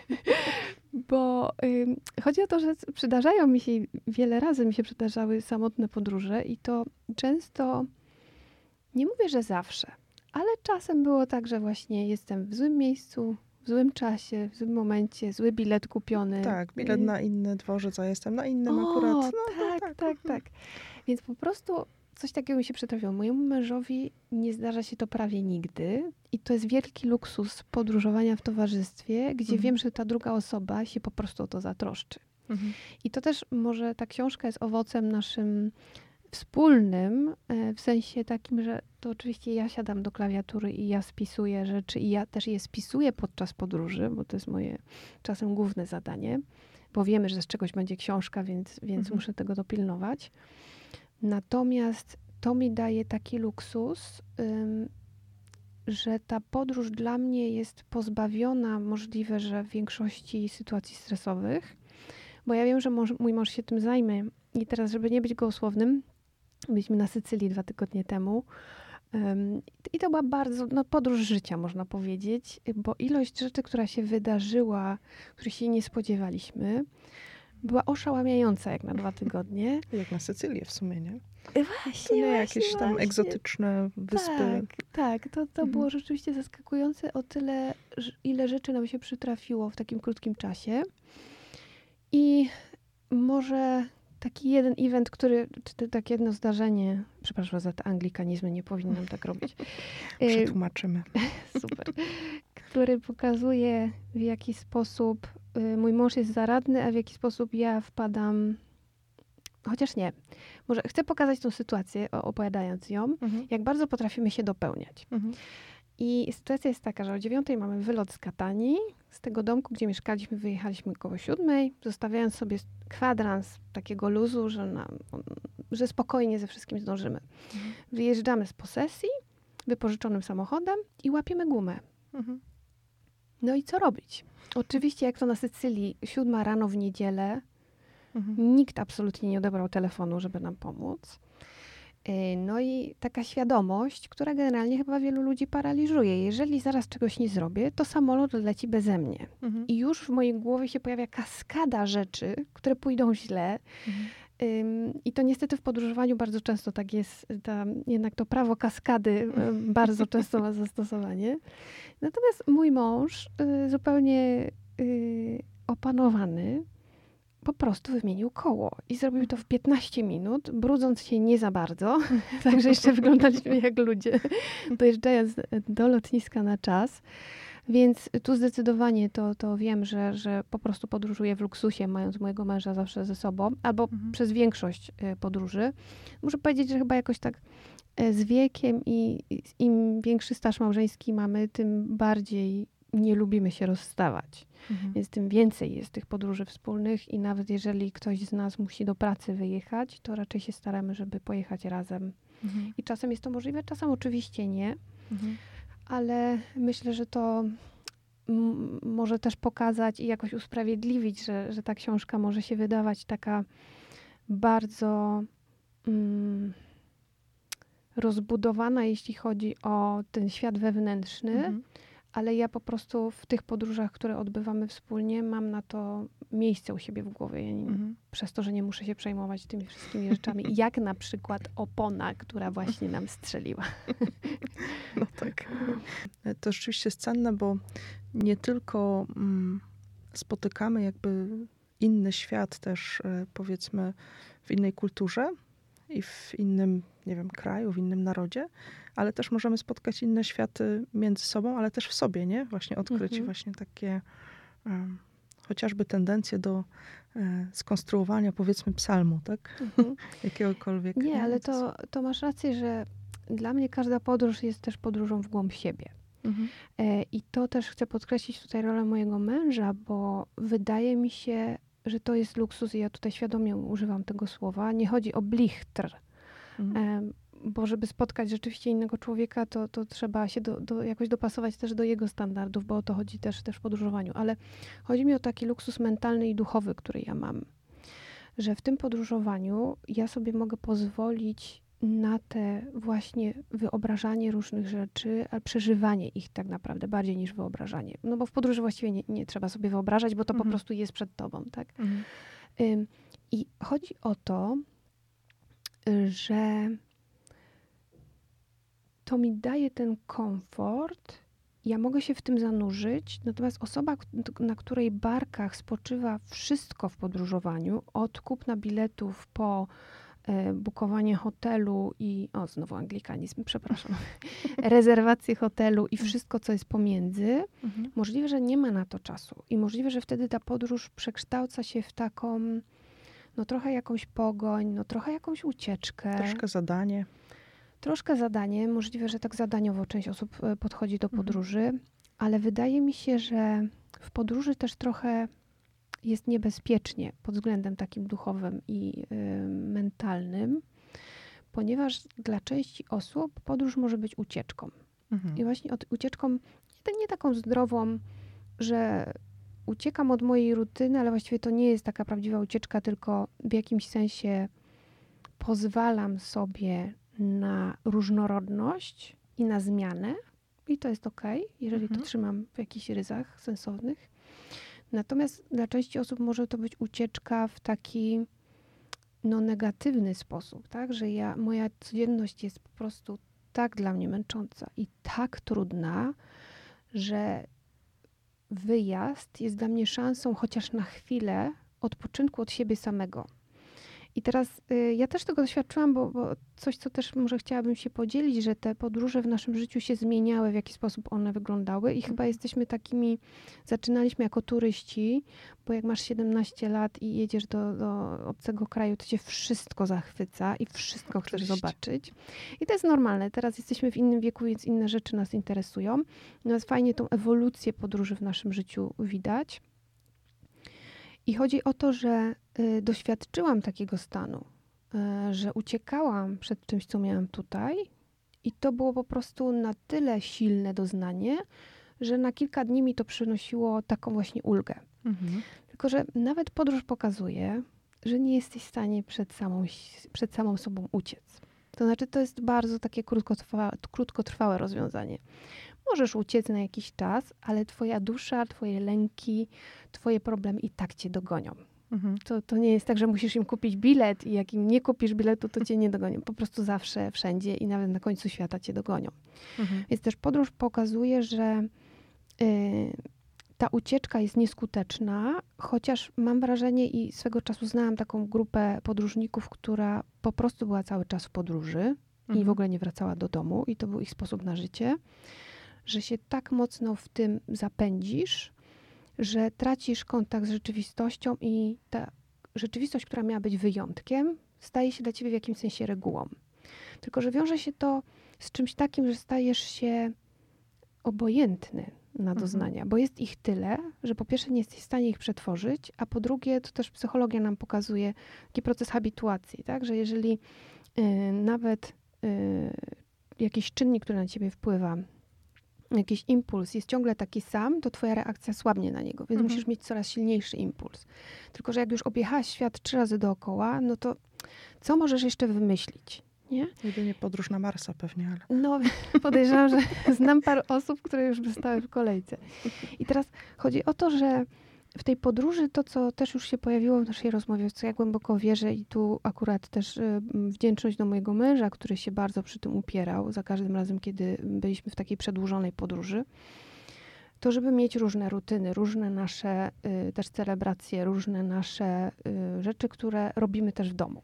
Bo y, chodzi o to, że przydarzają mi się, wiele razy mi się przydarzały samotne podróże i to często, nie mówię, że zawsze, ale czasem było tak, że właśnie jestem w złym miejscu, w złym czasie, w złym momencie, zły bilet kupiony. Tak, bilet na inny dworzec, a jestem na innym o, akurat. No, tak, no, tak, tak, tak. Więc po prostu coś takiego mi się przytrafiło. Mojemu mężowi nie zdarza się to prawie nigdy i to jest wielki luksus podróżowania w towarzystwie, gdzie Mhm. wiem, że ta druga osoba się po prostu o to zatroszczy. Mhm. I to też może ta książka jest owocem naszym wspólnym, w sensie takim, że to oczywiście ja siadam do klawiatury i ja spisuję rzeczy i ja też je spisuję podczas podróży, bo to jest moje czasem główne zadanie, bo wiemy, że z czegoś będzie książka, więc, więc Mhm. muszę tego dopilnować. Natomiast to mi daje taki luksus, ym, że ta podróż dla mnie jest pozbawiona możliwe, że w większości sytuacji stresowych, bo ja wiem, że mąż, mój mąż się tym zajmie i teraz, żeby nie być gołosłownym, byliśmy na Sycylii dwa tygodnie temu um, i to była bardzo, no podróż życia można powiedzieć, bo ilość rzeczy, która się wydarzyła, których się nie spodziewaliśmy, była oszałamiająca jak na dwa tygodnie. Jak na Sycylię w sumie, nie? Właśnie, To nie właśnie, jakieś tam właśnie. egzotyczne wyspy. Tak, tak. To, to Mhm. było rzeczywiście zaskakujące o tyle, że ile rzeczy nam się przytrafiło w takim krótkim czasie. I może taki jeden event, który, czy takie jedno zdarzenie, przepraszam za te anglikanizmy, nie powinnam tak robić. Przetłumaczymy. Super. Który pokazuje, w jaki sposób y, mój mąż jest zaradny, a w jaki sposób ja wpadam. Chociaż nie. Może chcę pokazać tą sytuację, opowiadając ją, Mhm. jak bardzo potrafimy się dopełniać. Mhm. I sytuacja jest taka, że o dziewiątej mamy wylot z Katanii. Z tego domku, gdzie mieszkaliśmy, wyjechaliśmy koło siódmej, zostawiając sobie kwadrans takiego luzu, że, na, że spokojnie ze wszystkim zdążymy. Mhm. Wyjeżdżamy z posesji, wypożyczonym samochodem i łapiemy gumę. Mhm. No i co robić? Oczywiście, jak to na Sycylii, siódma rano w niedzielę, Mhm. nikt absolutnie nie odebrał telefonu, żeby nam pomóc. No i taka świadomość, która generalnie chyba wielu ludzi paraliżuje. Jeżeli zaraz czegoś nie zrobię, to samolot leci beze mnie. Mhm. I już w mojej głowie się pojawia kaskada rzeczy, które pójdą źle. Mhm. Ym, I to niestety w podróżowaniu bardzo często tak jest. Ta, jednak to prawo kaskady y, bardzo często ma zastosowanie. Natomiast mój mąż y, zupełnie y, opanowany po prostu wymienił koło i zrobił to w piętnaście minut, brudząc się nie za bardzo. Także jeszcze wyglądaliśmy jak ludzie, dojeżdżając do lotniska na czas. Więc tu zdecydowanie to, to wiem, że, że po prostu podróżuję w luksusie, mając mojego męża zawsze ze sobą, albo Mhm. przez większość podróży. Muszę powiedzieć, że chyba jakoś tak z wiekiem i im większy staż małżeński mamy, tym bardziej nie lubimy się rozstawać. Mhm. Więc tym więcej jest tych podróży wspólnych i nawet jeżeli ktoś z nas musi do pracy wyjechać, to raczej się staramy, żeby pojechać razem. Mhm. I czasem jest to możliwe, czasem oczywiście nie, Mhm. ale myślę, że to m- może też pokazać i jakoś usprawiedliwić, że, że ta książka może się wydawać taka bardzo mm, rozbudowana, jeśli chodzi o ten świat wewnętrzny. Mhm. Ale ja po prostu w tych podróżach, które odbywamy wspólnie, mam na to miejsce u siebie w głowie. Ja nie, Mhm. przez to, że nie muszę się przejmować tymi wszystkimi rzeczami. Jak na przykład opona, która właśnie nam strzeliła. No tak. To rzeczywiście jest cenne, bo nie tylko mm, spotykamy jakby inny świat też, e, powiedzmy, w innej kulturze i w innym, nie wiem, kraju, w innym narodzie, ale też możemy spotkać inne światy między sobą, ale też w sobie, nie? Właśnie odkryć Mhm. właśnie takie um, chociażby tendencje do e, skonstruowania, powiedzmy, psalmu, tak? Mhm. Jakiegokolwiek. Nie, ale to, to masz rację, że dla mnie każda podróż jest też podróżą w głąb siebie. Mhm. I to też chcę podkreślić tutaj rolę mojego męża, bo wydaje mi się, że to jest luksus i ja tutaj świadomie używam tego słowa. Nie chodzi o blichtr, mhm. bo żeby spotkać rzeczywiście innego człowieka, to, to trzeba się do, do, jakoś dopasować też do jego standardów, bo o to chodzi też, też w podróżowaniu. Ale chodzi mi o taki luksus mentalny i duchowy, który ja mam. Że w tym podróżowaniu ja sobie mogę pozwolić na te właśnie wyobrażanie różnych rzeczy, a przeżywanie ich tak naprawdę bardziej niż wyobrażanie. No bo w podróży właściwie nie, nie trzeba sobie wyobrażać, bo to mhm. po prostu jest przed tobą, tak? Mhm. Ym, I chodzi o to, że to mi daje ten komfort, ja mogę się w tym zanurzyć, natomiast osoba, na której barkach spoczywa wszystko w podróżowaniu, od kupna biletów po e, bukowanie hotelu i, o znowu anglikanizm, przepraszam, rezerwację hotelu i wszystko, co jest pomiędzy, mhm. możliwe, że nie ma na to czasu i możliwe, że wtedy ta podróż przekształca się w taką, no trochę jakąś pogoń, no trochę jakąś ucieczkę. Troszkę zadanie. Troszkę zadanie, możliwe, że tak zadaniowo część osób podchodzi do podróży, mhm. ale wydaje mi się, że w podróży też trochę jest niebezpiecznie pod względem takim duchowym i y, mentalnym, ponieważ dla części osób podróż może być ucieczką. Mhm. I właśnie od, ucieczką nie, nie taką zdrową, że uciekam od mojej rutyny, ale właściwie to nie jest taka prawdziwa ucieczka, tylko w jakimś sensie pozwalam sobie na różnorodność i na zmianę i to jest okej, jeżeli mhm. to trzymam w jakichś ryzach sensownych. Natomiast dla części osób może to być ucieczka w taki no, negatywny sposób, tak? Że ja, moja codzienność jest po prostu tak dla mnie męcząca i tak trudna, że wyjazd jest dla mnie szansą chociaż na chwilę odpoczynku od siebie samego. I teraz y, ja też tego doświadczyłam, bo, bo coś, co też może chciałabym się podzielić, że te podróże w naszym życiu się zmieniały, w jaki sposób one wyglądały i chyba jesteśmy takimi, zaczynaliśmy jako turyści, bo jak masz siedemnaście lat i jedziesz do, do obcego kraju, to cię wszystko zachwyca i wszystko chcesz zobaczyć. I to jest normalne. Teraz jesteśmy w innym wieku, więc inne rzeczy nas interesują. Natomiast fajnie tą ewolucję podróży w naszym życiu widać. I chodzi o to, że y, doświadczyłam takiego stanu, y, że uciekałam przed czymś, co miałam tutaj i to było po prostu na tyle silne doznanie, że na kilka dni mi to przynosiło taką właśnie ulgę. Mhm. Tylko że nawet podróż pokazuje, że nie jesteś w stanie przed samą, przed samą sobą uciec. To znaczy, to jest bardzo takie krótkotrwałe, krótkotrwałe rozwiązanie. Możesz uciec na jakiś czas, ale twoja dusza, twoje lęki, twoje problemy i tak cię dogonią. Mhm. To, to nie jest tak, że musisz im kupić bilet i jak im nie kupisz biletu, to cię nie dogonią. Po prostu zawsze, wszędzie i nawet na końcu świata cię dogonią. Mhm. Więc też podróż pokazuje, że y, ta ucieczka jest nieskuteczna, chociaż mam wrażenie i swego czasu znałam taką grupę podróżników, która po prostu była cały czas w podróży mhm. i w ogóle nie wracała do domu i to był ich sposób na życie, że się tak mocno w tym zapędzisz, że tracisz kontakt z rzeczywistością i ta rzeczywistość, która miała być wyjątkiem, staje się dla ciebie w jakimś sensie regułą. Tylko że wiąże się to z czymś takim, że stajesz się obojętny na doznania, mhm. bo jest ich tyle, że po pierwsze nie jesteś w stanie ich przetworzyć, a po drugie to też psychologia nam pokazuje taki proces habituacji, tak? Że jeżeli y, nawet y, jakiś czynnik, który na ciebie wpływa, jakiś impuls jest ciągle taki sam, to twoja reakcja słabnie na niego, więc mhm. musisz mieć coraz silniejszy impuls. Tylko że jak już objechałaś świat trzy razy dookoła, no to co możesz jeszcze wymyślić? Nie? Jedynie podróż na Marsa pewnie, ale... No, podejrzewam, że znam parę osób, które już by stały w kolejce. I teraz chodzi o to, że w tej podróży to, co też już się pojawiło w naszej rozmowie, w co ja głęboko wierzę i tu akurat też y, wdzięczność do mojego męża, który się bardzo przy tym upierał za każdym razem, kiedy byliśmy w takiej przedłużonej podróży, to żeby mieć różne rutyny, różne nasze y, też celebracje, różne nasze y, rzeczy, które robimy też w domu.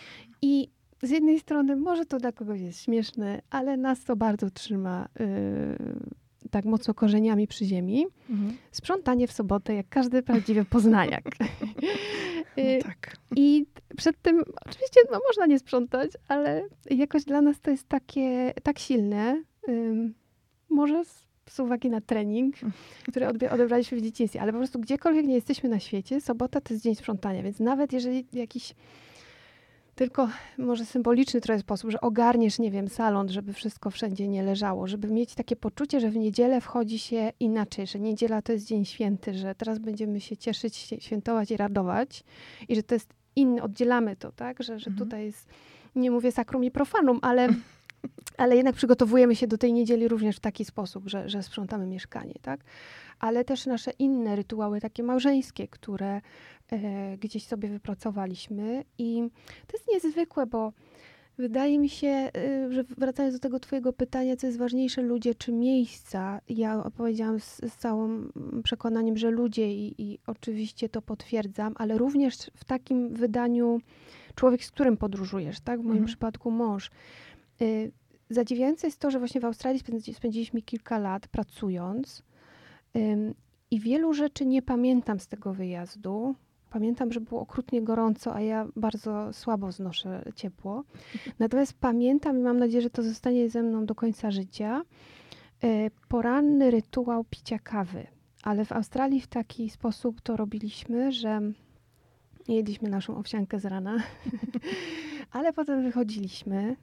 I z jednej strony może to dla kogoś jest śmieszne, ale nas to bardzo trzyma y, tak mocno korzeniami przy ziemi. Mhm. Sprzątanie w sobotę, jak każdy prawdziwy poznaniak. No tak. I przed tym oczywiście no, można nie sprzątać, ale jakoś dla nas to jest takie tak silne. Y, może z z uwagi na trening, który odbie- odebraliśmy w dzieciństwie. Ale po prostu gdziekolwiek nie jesteśmy na świecie, sobota to jest dzień sprzątania. Więc nawet jeżeli jakiś tylko może symboliczny trochę sposób, że ogarniesz, nie wiem, salon, żeby wszystko wszędzie nie leżało, żeby mieć takie poczucie, że w niedzielę wchodzi się inaczej, że niedziela to jest dzień święty, że teraz będziemy się cieszyć, świętować i radować i że to jest inny, oddzielamy to, tak, że, że Mhm. tutaj jest, nie mówię sacrum i profanum, ale, ale jednak przygotowujemy się do tej niedzieli również w taki sposób, że, że sprzątamy mieszkanie, tak, ale też nasze inne rytuały, takie małżeńskie, które e, gdzieś sobie wypracowaliśmy i to jest niezwykłe, bo wydaje mi się, e, że wracając do tego twojego pytania, co jest ważniejsze, ludzie czy miejsca, ja opowiedziałam z, z całym przekonaniem, że ludzie i, i oczywiście to potwierdzam, ale również w takim wydaniu człowiek, z którym podróżujesz, tak? W moim Mhm. przypadku mąż. E, zadziwiające jest to, że właśnie w Australii spędzi, spędziliśmy kilka lat pracując, i wielu rzeczy nie pamiętam z tego wyjazdu. Pamiętam, że było okrutnie gorąco, a ja bardzo słabo znoszę ciepło. Natomiast pamiętam i mam nadzieję, że to zostanie ze mną do końca życia, poranny rytuał picia kawy. Ale w Australii w taki sposób to robiliśmy, że jedliśmy naszą owsiankę z rana, ale potem wychodziliśmy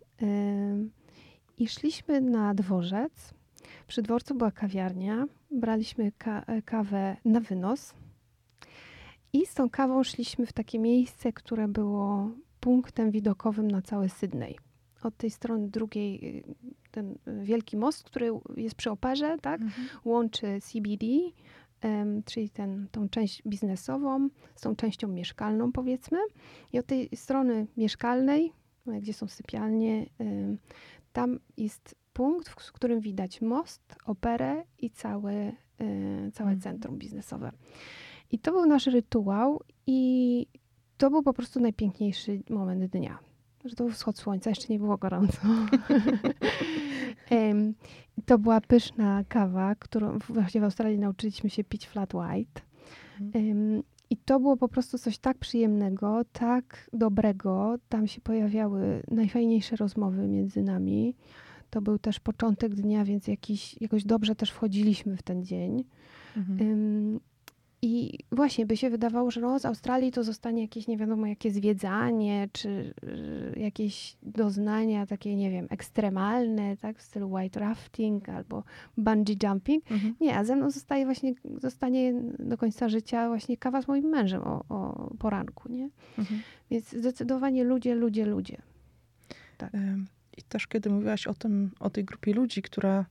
i szliśmy na dworzec. Przy dworcu była kawiarnia, braliśmy ka- kawę na wynos i z tą kawą szliśmy w takie miejsce, które było punktem widokowym na cały Sydney. Od tej strony drugiej ten wielki most, który jest przy operze, tak, Mhm. łączy C B D, um, czyli ten, tą część biznesową z tą częścią mieszkalną, powiedzmy. I od tej strony mieszkalnej, gdzie są sypialnie, um, tam jest punkt, w którym widać most, operę i całe, y, całe Mhm. centrum biznesowe. I to był nasz rytuał i to był po prostu najpiękniejszy moment dnia. Że to był wschód słońca, jeszcze nie było gorąco. um, to była pyszna kawa, którą właśnie w Australii nauczyliśmy się pić flat white. Um, I to było po prostu coś tak przyjemnego, tak dobrego. Tam się pojawiały najfajniejsze rozmowy między nami. To był też początek dnia, więc jakiś, jakoś dobrze też wchodziliśmy w ten dzień. Mhm. Um, I właśnie by się wydawało, że no, z Australii to zostanie jakieś nie wiadomo jakie zwiedzanie, czy y, jakieś doznania takie, nie wiem, ekstremalne, tak, w stylu white rafting albo bungee jumping. Mhm. Nie, a ze mną zostaje właśnie, zostanie do końca życia właśnie kawa z moim mężem o, o poranku, nie? Mhm. Więc zdecydowanie ludzie, ludzie, ludzie. Tak. I też kiedy mówiłaś o tym, o tej grupie ludzi, która,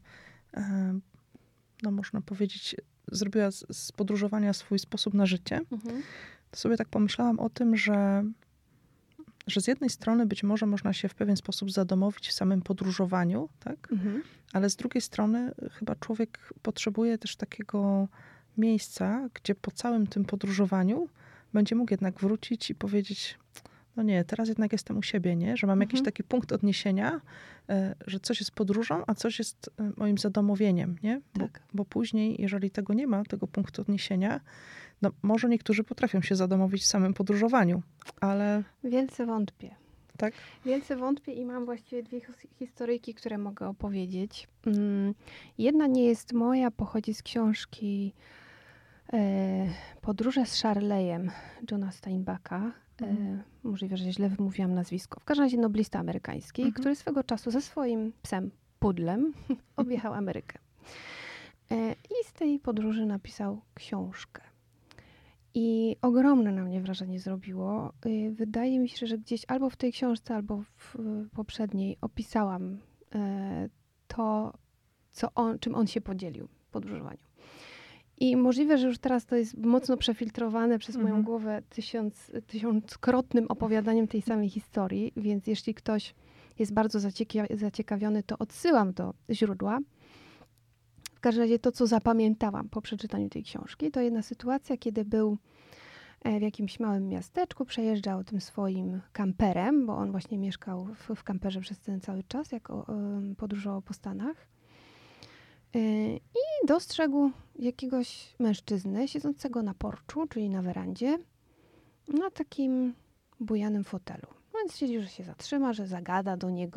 no można powiedzieć, zrobiła z, z podróżowania swój sposób na życie, Mhm. to sobie tak pomyślałam o tym, że, że z jednej strony być może można się w pewien sposób zadomowić w samym podróżowaniu, tak? Mhm. Ale z drugiej strony chyba człowiek potrzebuje też takiego miejsca, gdzie po całym tym podróżowaniu będzie mógł jednak wrócić i powiedzieć, no nie, teraz jednak jestem u siebie, nie? Że mam Mhm. jakiś taki punkt odniesienia, że coś jest podróżą, a coś jest moim zadomowieniem, nie? Bo, Tak. bo później, jeżeli tego nie ma, tego punktu odniesienia, no może niektórzy potrafią się zadomowić w samym podróżowaniu, ale... Wielce wątpię. Tak? Wielce wątpię i mam właściwie dwie historyjki, które mogę opowiedzieć. Mm, jedna nie jest moja, pochodzi z książki e, Podróże z Charley'em Johna Steinbecka. E, możliwe, że źle wymówiłam nazwisko. W każdym razie noblista amerykański, Mhm. który swego czasu ze swoim psem Pudlem objechał Amerykę. E, I z tej podróży napisał książkę. I ogromne na mnie wrażenie zrobiło. Y, Wydaje mi się, że gdzieś albo w tej książce, albo w y, poprzedniej opisałam e, to, co on, czym on się podzielił w podróżowaniu. I możliwe, że już teraz to jest mocno przefiltrowane przez moją Mhm. głowę tysiąc, tysiąckrotnym opowiadaniem tej samej historii, więc jeśli ktoś jest bardzo zacieka- zaciekawiony, to odsyłam do źródła. W każdym razie to, co zapamiętałam po przeczytaniu tej książki, to jedna sytuacja, kiedy był w jakimś małym miasteczku, przejeżdżał tym swoim kamperem, bo on właśnie mieszkał w, w kamperze przez ten cały czas, jak o, um, podróżował po Stanach. Yy, I dostrzegł jakiegoś mężczyznę siedzącego na porczu, czyli na werandzie, na takim bujanym fotelu. No więc stwierdził, że się zatrzyma, że zagada do niego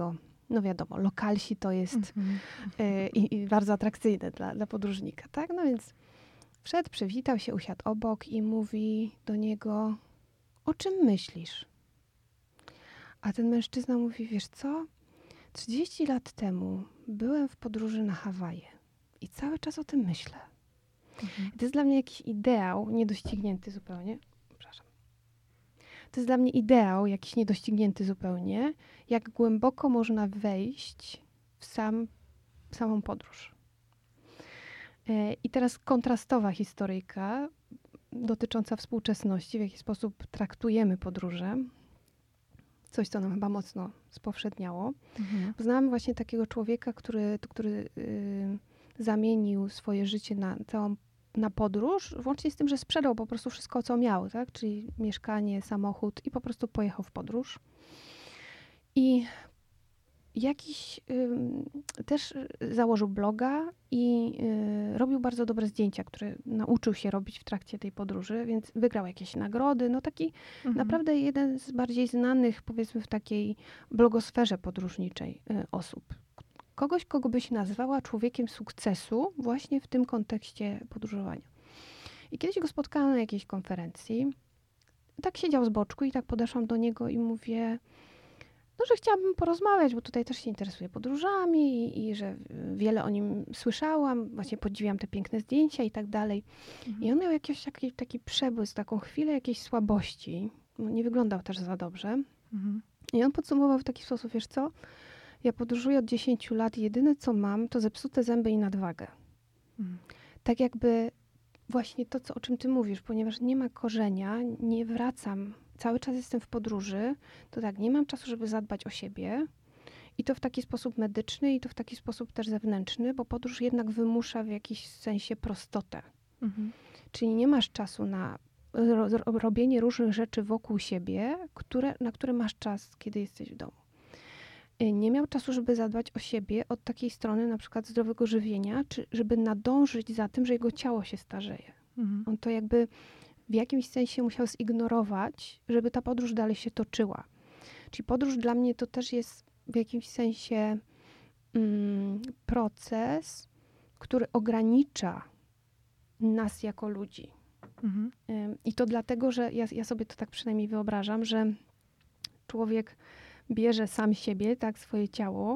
no wiadomo, lokalsi to jest Mhm. y, i, i bardzo atrakcyjne dla, dla podróżnika, tak? No więc wszedł, przywitał się, usiadł obok i mówi do niego, o czym myślisz? A ten mężczyzna mówi, wiesz co, trzydzieści lat temu byłem w podróży na Hawaje i cały czas o tym myślę. Mhm. I to jest dla mnie jakiś ideał niedoścignięty zupełnie. Przepraszam. To jest dla mnie ideał jakiś niedoścignięty zupełnie, jak głęboko można wejść w sam, w samą podróż. E, I teraz kontrastowa historyjka dotycząca współczesności, w jaki sposób traktujemy podróże. Coś, co nam chyba mocno spowszedniało. Mhm. Znałam właśnie takiego człowieka, który, który y, zamienił swoje życie na całą na podróż, włącznie z tym, że sprzedał po prostu wszystko, co miał, tak? Czyli mieszkanie, samochód i po prostu pojechał w podróż. I jakiś y, też założył bloga i y, robił bardzo dobre zdjęcia, które nauczył się robić w trakcie tej podróży, więc wygrał jakieś nagrody. No taki Mhm. naprawdę jeden z bardziej znanych, powiedzmy, w takiej blogosferze podróżniczej y, osób. Kogoś, kogo byś nazwała człowiekiem sukcesu właśnie w tym kontekście podróżowania. I kiedyś go spotkałam na jakiejś konferencji. Tak siedział z boczku i tak podeszłam do niego i mówię, no, że chciałabym porozmawiać, bo tutaj też się interesuję podróżami i, i że wiele o nim słyszałam, właśnie podziwiam te piękne zdjęcia i tak dalej. Mhm. I on miał jakiś taki, taki przebłysk, taką chwilę jakiejś słabości. No, nie wyglądał też za dobrze. Mhm. I on podsumował w taki sposób, wiesz co, ja podróżuję od dziesięciu lat i jedyne co mam, to zepsute zęby i nadwagę. Mhm. Tak jakby właśnie to, co, o czym ty mówisz, ponieważ nie ma korzenia, nie wracam, cały czas jestem w podróży, to tak, nie mam czasu, żeby zadbać o siebie i to w taki sposób medyczny i to w taki sposób też zewnętrzny, bo podróż jednak wymusza w jakiś sensie prostotę. Mhm. Czyli nie masz czasu na ro, ro, robienie różnych rzeczy wokół siebie, które, na które masz czas, kiedy jesteś w domu. Nie miał czasu, żeby zadbać o siebie od takiej strony na przykład zdrowego żywienia, czy żeby nadążyć za tym, że jego ciało się starzeje. Mhm. On to jakby w jakimś sensie musiał zignorować, żeby ta podróż dalej się toczyła. Czyli podróż dla mnie to też jest w jakimś sensie mm, proces, który ogranicza nas jako ludzi. Mhm. Ym, I to dlatego, że ja, ja sobie to tak przynajmniej wyobrażam, że człowiek bierze sam siebie, tak, swoje ciało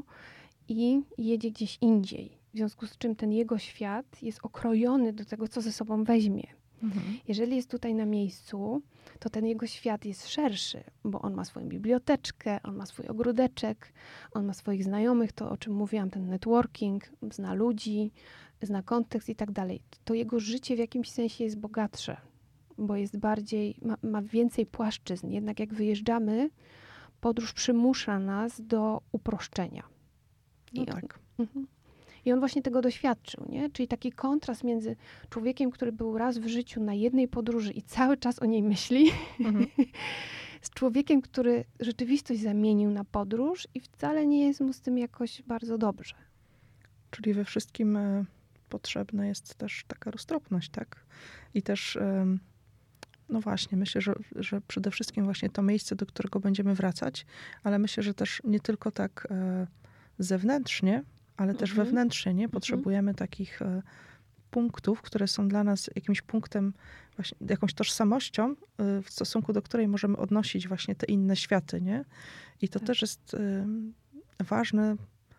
i jedzie gdzieś indziej. W związku z czym ten jego świat jest okrojony do tego, co ze sobą weźmie. Mhm. Jeżeli jest tutaj na miejscu, to ten jego świat jest szerszy, bo on ma swoją biblioteczkę, on ma swój ogródeczek, on ma swoich znajomych, to o czym mówiłam, ten networking, zna ludzi, zna kontekst i tak dalej. To jego życie w jakimś sensie jest bogatsze, bo jest bardziej, ma, ma więcej płaszczyzn. Jednak jak wyjeżdżamy, podróż przymusza nas do uproszczenia. No I on, tak. mhm. I on właśnie tego doświadczył, nie? Czyli taki kontrast między człowiekiem, który był raz w życiu na jednej podróży i cały czas o niej myśli, Mhm. z człowiekiem, który rzeczywistość zamienił na podróż i wcale nie jest mu z tym jakoś bardzo dobrze. Czyli we wszystkim e, potrzebna jest też taka roztropność, tak? I też, em, no właśnie, myślę, że, że przede wszystkim właśnie to miejsce, do którego będziemy wracać, ale myślę, że też nie tylko tak e, zewnętrznie, ale też Mhm. wewnętrznie, nie? Potrzebujemy takich e, punktów, które są dla nas jakimś punktem, właśnie jakąś tożsamością, e, w stosunku do której możemy odnosić właśnie te inne światy, nie? I to Tak. też jest e, ważne,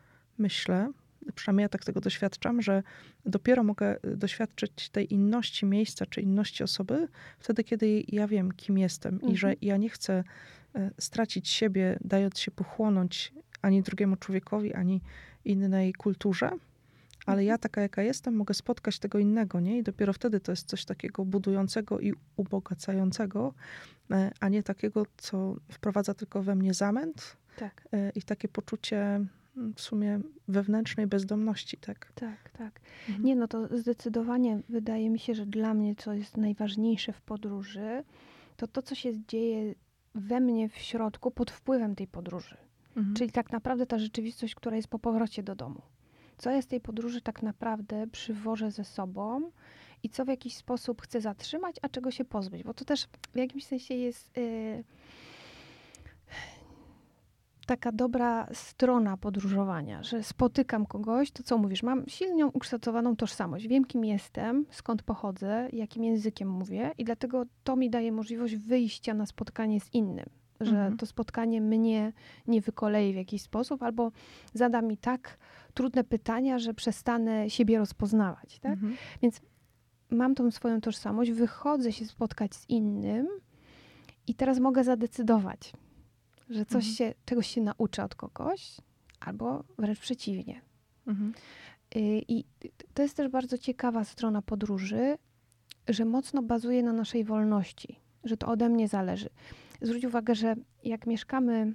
myślę, przynajmniej ja tak tego doświadczam, że dopiero mogę doświadczyć tej inności miejsca czy inności osoby wtedy, kiedy ja wiem, kim jestem Mhm. i że ja nie chcę e, stracić siebie, dając się pochłonąć ani drugiemu człowiekowi, ani innej kulturze, ale ja taka, jaka jestem, mogę spotkać tego innego, nie? I dopiero wtedy to jest coś takiego budującego i ubogacającego, e, a nie takiego, co wprowadza tylko we mnie zamęt Tak, e, i takie poczucie w sumie wewnętrznej bezdomności, tak? tak, tak. Mhm. Nie, no to zdecydowanie wydaje mi się, że dla mnie, co jest najważniejsze w podróży, to to, co się dzieje we mnie w środku pod wpływem tej podróży. Mhm. Czyli tak naprawdę ta rzeczywistość, która jest po powrocie do domu. Co ja z tej podróży tak naprawdę przywożę ze sobą i co w jakiś sposób chcę zatrzymać, a czego się pozbyć. Bo to też w jakimś sensie jest... Yy, taka dobra strona podróżowania, że spotykam kogoś, to co mówisz, mam silną ukształtowaną tożsamość, wiem kim jestem, skąd pochodzę, jakim językiem mówię i dlatego to mi daje możliwość wyjścia na spotkanie z innym, że Mhm. to spotkanie mnie nie wykolei w jakiś sposób albo zada mi tak trudne pytania, że przestanę siebie rozpoznawać, tak? Mhm. Więc mam tą swoją tożsamość, wychodzę się spotkać z innym i teraz mogę zadecydować, że coś Mhm. się, czegoś się nauczę od kogoś, albo wręcz przeciwnie. Mhm. Y, I to jest też bardzo ciekawa strona podróży, że mocno bazuje na naszej wolności, że to ode mnie zależy. Zwróć uwagę, że jak mieszkamy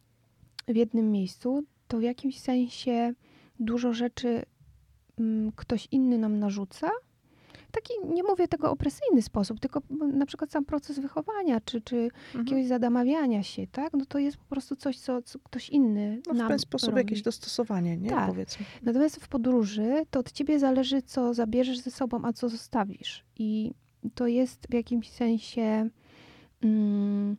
w jednym miejscu, to w jakimś sensie dużo rzeczy mm, ktoś inny nam narzuca. Taki, nie mówię tego opresyjny sposób, tylko na przykład sam proces wychowania, czy, czy Mhm. jakiegoś zadamawiania się, tak? No to jest po prostu coś, co, co ktoś inny No w nam ten sposób robi. jakieś dostosowanie, nie? Tak. Powiedzmy. Natomiast w podróży to od ciebie zależy, co zabierzesz ze sobą, a co zostawisz. I to jest w jakimś sensie mm,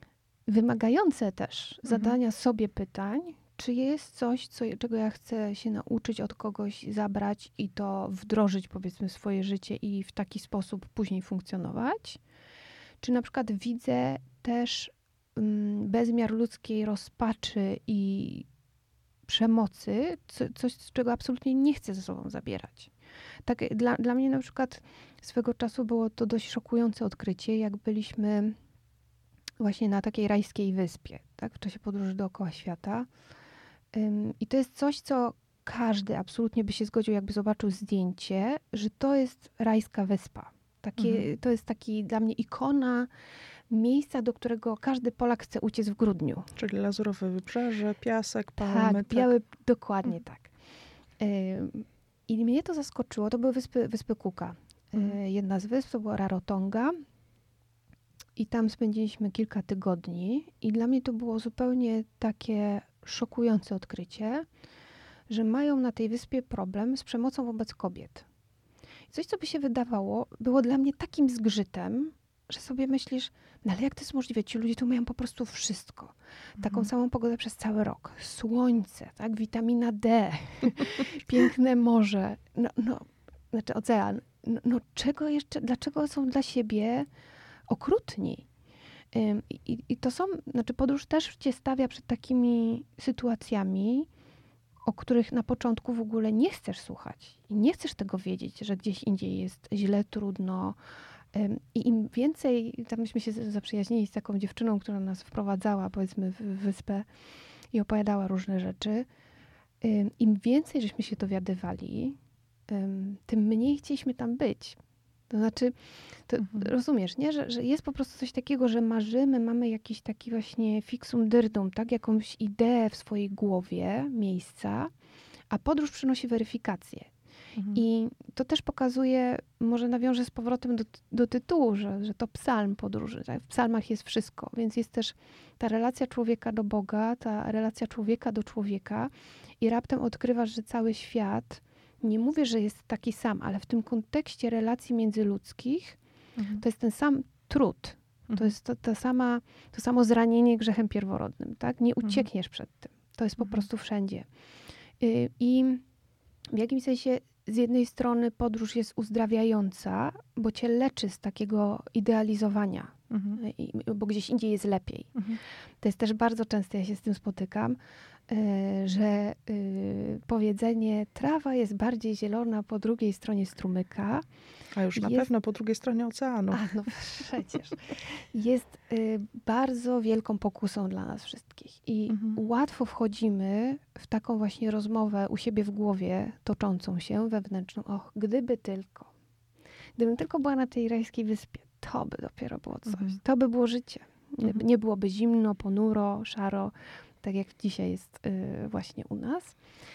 wymagające też Mhm. zadania sobie pytań, czy jest coś, co, czego ja chcę się nauczyć od kogoś, zabrać i to wdrożyć, powiedzmy, w swoje życie i w taki sposób później funkcjonować. Czy na przykład widzę też mm, bezmiar ludzkiej rozpaczy i przemocy, co, coś, z czego absolutnie nie chcę ze sobą zabierać. Tak, dla, dla mnie na przykład swego czasu było to dość szokujące odkrycie, jak byliśmy właśnie na takiej rajskiej wyspie, tak, w czasie podróży dookoła świata. Ym, I to jest coś, co każdy absolutnie by się zgodził, jakby zobaczył zdjęcie, że to jest rajska wyspa. Takie, Mhm. To jest taki dla mnie ikona miejsca, do którego każdy Polak chce uciec w grudniu. Czyli lazurowe wybrzeże, piasek, palmy. Tak, Tak, biały, dokładnie tak. Ym, I mnie to zaskoczyło. To były wyspy, wyspy Cooka. Mhm. Y, Jedna z wysp to była Rarotonga. I tam spędziliśmy kilka tygodni. I dla mnie to było zupełnie takie szokujące odkrycie, że mają na tej wyspie problem z przemocą wobec kobiet. Coś, co by się wydawało, było dla mnie takim zgrzytem, że sobie myślisz, no ale jak to jest możliwe? Ci ludzie tu mają po prostu wszystko. Taką Mhm. samą pogodę przez cały rok. Słońce, tak? Witamina D, piękne morze, no, no, znaczy ocean. No, no czego jeszcze, dlaczego są dla siebie okrutni? Ym, I, I to są, znaczy podróż też cię stawia przed takimi sytuacjami, o których na początku w ogóle nie chcesz słuchać i nie chcesz tego wiedzieć, że gdzieś indziej jest źle, trudno. Ym, I im więcej, tam myśmy się zaprzyjaźnili z taką dziewczyną, która nas wprowadzała, powiedzmy, w wyspę i opowiadała różne rzeczy. Ym, Im więcej żeśmy się dowiadywali, ym, tym mniej chcieliśmy tam być. To znaczy, to Mhm. rozumiesz, nie? Że, że jest po prostu coś takiego, że marzymy, mamy jakiś taki właśnie fixum dyrdum, tak? Jakąś ideę w swojej głowie, miejsca, a podróż przynosi weryfikację. Mhm. I to też pokazuje, może nawiążę z powrotem do, do tytułu, że, że to psalm podróży. Tak? W psalmach jest wszystko, więc jest też ta relacja człowieka do Boga, ta relacja człowieka do człowieka i raptem odkrywasz, że cały świat, nie mówię, że jest taki sam, ale w tym kontekście relacji międzyludzkich Mhm. to jest ten sam trud. To Mhm. jest to, to, sama, to samo zranienie grzechem pierworodnym. Tak? Nie Mhm. uciekniesz przed tym. To jest po Mhm. prostu wszędzie. Y, I w jakimś sensie z jednej strony podróż jest uzdrawiająca, bo cię leczy z takiego idealizowania, Mhm. y, i- bo gdzieś indziej jest lepiej. Mhm. To jest też bardzo często, ja się z tym spotykam, y, że y, powiedzenie trawa jest bardziej zielona po drugiej stronie strumyka. A już na Jest- pewno po drugiej stronie oceanu. A no przecież. Jest y, bardzo wielką pokusą dla nas wszystkich. I Mhm. łatwo wchodzimy w taką właśnie rozmowę u siebie w głowie, toczącą się wewnętrzną. Och, gdyby tylko. Gdybym tylko była na tej rajskiej wyspie, to by dopiero było coś. Mhm. To by było życie. Nie, Mhm. nie byłoby zimno, ponuro, szaro, tak jak dzisiaj jest y, właśnie u nas.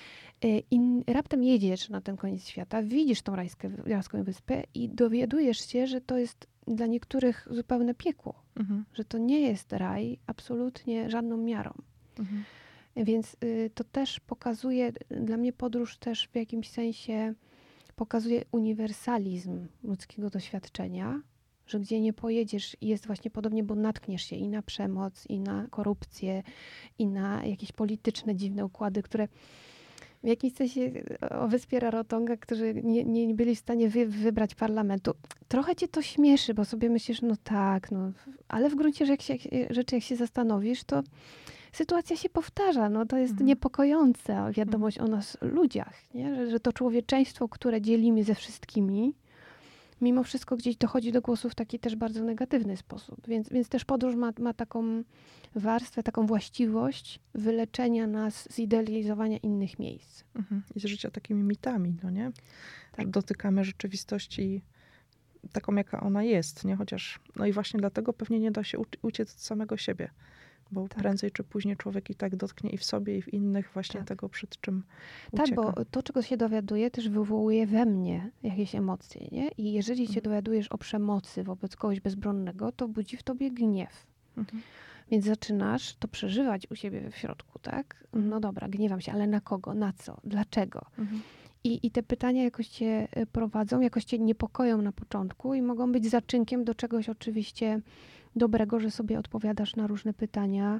Y, I raptem jedziesz na ten koniec świata, widzisz tą rajskę, rajską wyspę i dowiadujesz się, że to jest dla niektórych zupełne piekło. Mhm. Że to nie jest raj absolutnie żadną miarą. Mhm. Więc y, to też pokazuje, dla mnie podróż też w jakimś sensie pokazuje uniwersalizm ludzkiego doświadczenia, że gdzie nie pojedziesz jest właśnie podobnie, bo natkniesz się i na przemoc, i na korupcję, i na jakieś polityczne dziwne układy, które w jakimś sensie o wyspie Rarotonga, którzy nie, nie byli w stanie wy, wybrać parlamentu. Trochę cię to śmieszy, bo sobie myślisz, no tak, no, ale w gruncie rzeczy jak, rzeczy, jak się zastanowisz, to sytuacja się powtarza. No, to jest mhm. niepokojąca wiadomość mhm. o nas ludziach, nie? Że, że to człowieczeństwo, które dzielimy ze wszystkimi, mimo wszystko gdzieś dochodzi do głosu w taki też bardzo negatywny sposób. Więc, więc też podróż ma, ma taką warstwę, taką właściwość wyleczenia nas z idealizowania innych miejsc. Mhm. I z życia takimi mitami, no nie? Tak. Że dotykamy rzeczywistości taką, jaka ona jest, nie? Chociaż, no i właśnie dlatego pewnie nie da się uciec od samego siebie. Bo tak. prędzej czy później człowiek i tak dotknie i w sobie, i w innych właśnie tak. tego, przed czym ucieka. Tak, bo to, czego się dowiaduje, też wywołuje we mnie jakieś emocje, nie? I jeżeli mhm. się dowiadujesz o przemocy wobec kogoś bezbronnego, to budzi w tobie gniew. Mhm. Więc zaczynasz to przeżywać u siebie w środku, tak? No dobra, gniewam się, ale na kogo? Na co? Dlaczego? Mhm. I, I te pytania jakoś cię prowadzą, jakoś cię niepokoją na początku i mogą być zaczynkiem do czegoś oczywiście dobrego, że sobie odpowiadasz na różne pytania,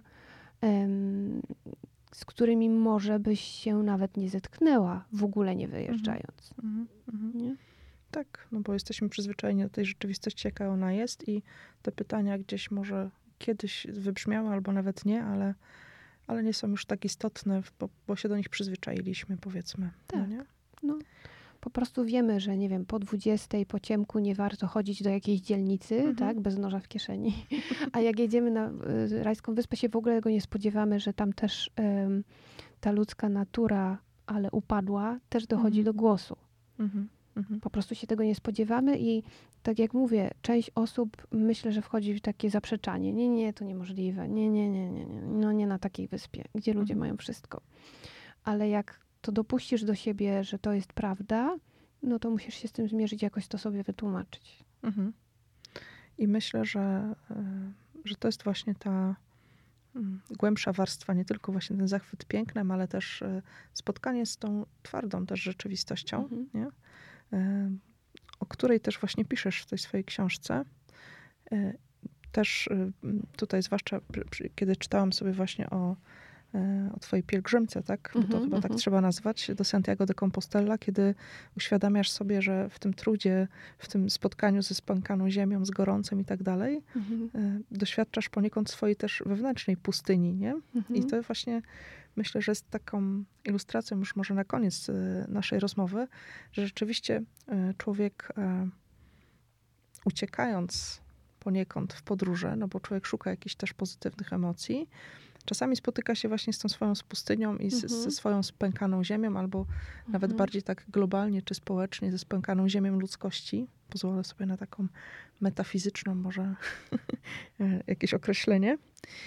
um, z którymi może byś się nawet nie zetknęła, w ogóle nie wyjeżdżając. Mm-hmm, mm-hmm. Nie? Tak, no bo jesteśmy przyzwyczajeni do tej rzeczywistości, jaka ona jest i te pytania gdzieś może kiedyś wybrzmiały albo nawet nie, ale, ale nie są już tak istotne, bo, bo się do nich przyzwyczailiśmy, powiedzmy. Tak, no nie? No. Po prostu wiemy, że nie wiem, po dwudziestej, po ciemku nie warto chodzić do jakiejś dzielnicy, mhm. tak, bez noża w kieszeni. A jak jedziemy na y, Rajską Wyspę, się w ogóle tego nie spodziewamy, że tam też y, ta ludzka natura, ale upadła, też dochodzi mhm. do głosu. Mhm. Mhm. Po prostu się tego nie spodziewamy i tak jak mówię, część osób myślę, że wchodzi w takie zaprzeczanie. Nie, nie, to niemożliwe. Nie, nie, nie, nie, nie. No nie na takiej wyspie, gdzie ludzie mhm. mają wszystko. Ale jak to dopuścisz do siebie, że to jest prawda, no to musisz się z tym zmierzyć, jakoś to sobie wytłumaczyć. Mhm. I myślę, że, że to jest właśnie ta głębsza warstwa, nie tylko właśnie ten zachwyt pięknem, ale też spotkanie z tą twardą też rzeczywistością, mhm. nie? O której też właśnie piszesz w tej swojej książce. Też tutaj, zwłaszcza kiedy czytałam sobie właśnie o o twojej pielgrzymce, tak? Bo to mm-hmm, chyba mm-hmm. tak trzeba nazwać, do Santiago de Compostela, kiedy uświadamiasz sobie, że w tym trudzie, w tym spotkaniu ze spękaną ziemią, z gorącym i tak dalej, mm-hmm. doświadczasz poniekąd swojej też wewnętrznej pustyni, nie? Mm-hmm. I to właśnie myślę, że jest taką ilustracją już może na koniec naszej rozmowy, że rzeczywiście człowiek uciekając poniekąd w podróże, no bo człowiek szuka jakichś też pozytywnych emocji, czasami spotyka się właśnie z tą swoją pustynią i z, mhm. ze swoją spękaną ziemią, albo mhm. nawet bardziej tak globalnie czy społecznie ze spękaną ziemią ludzkości. Pozwolę sobie na taką metafizyczną może jakieś określenie.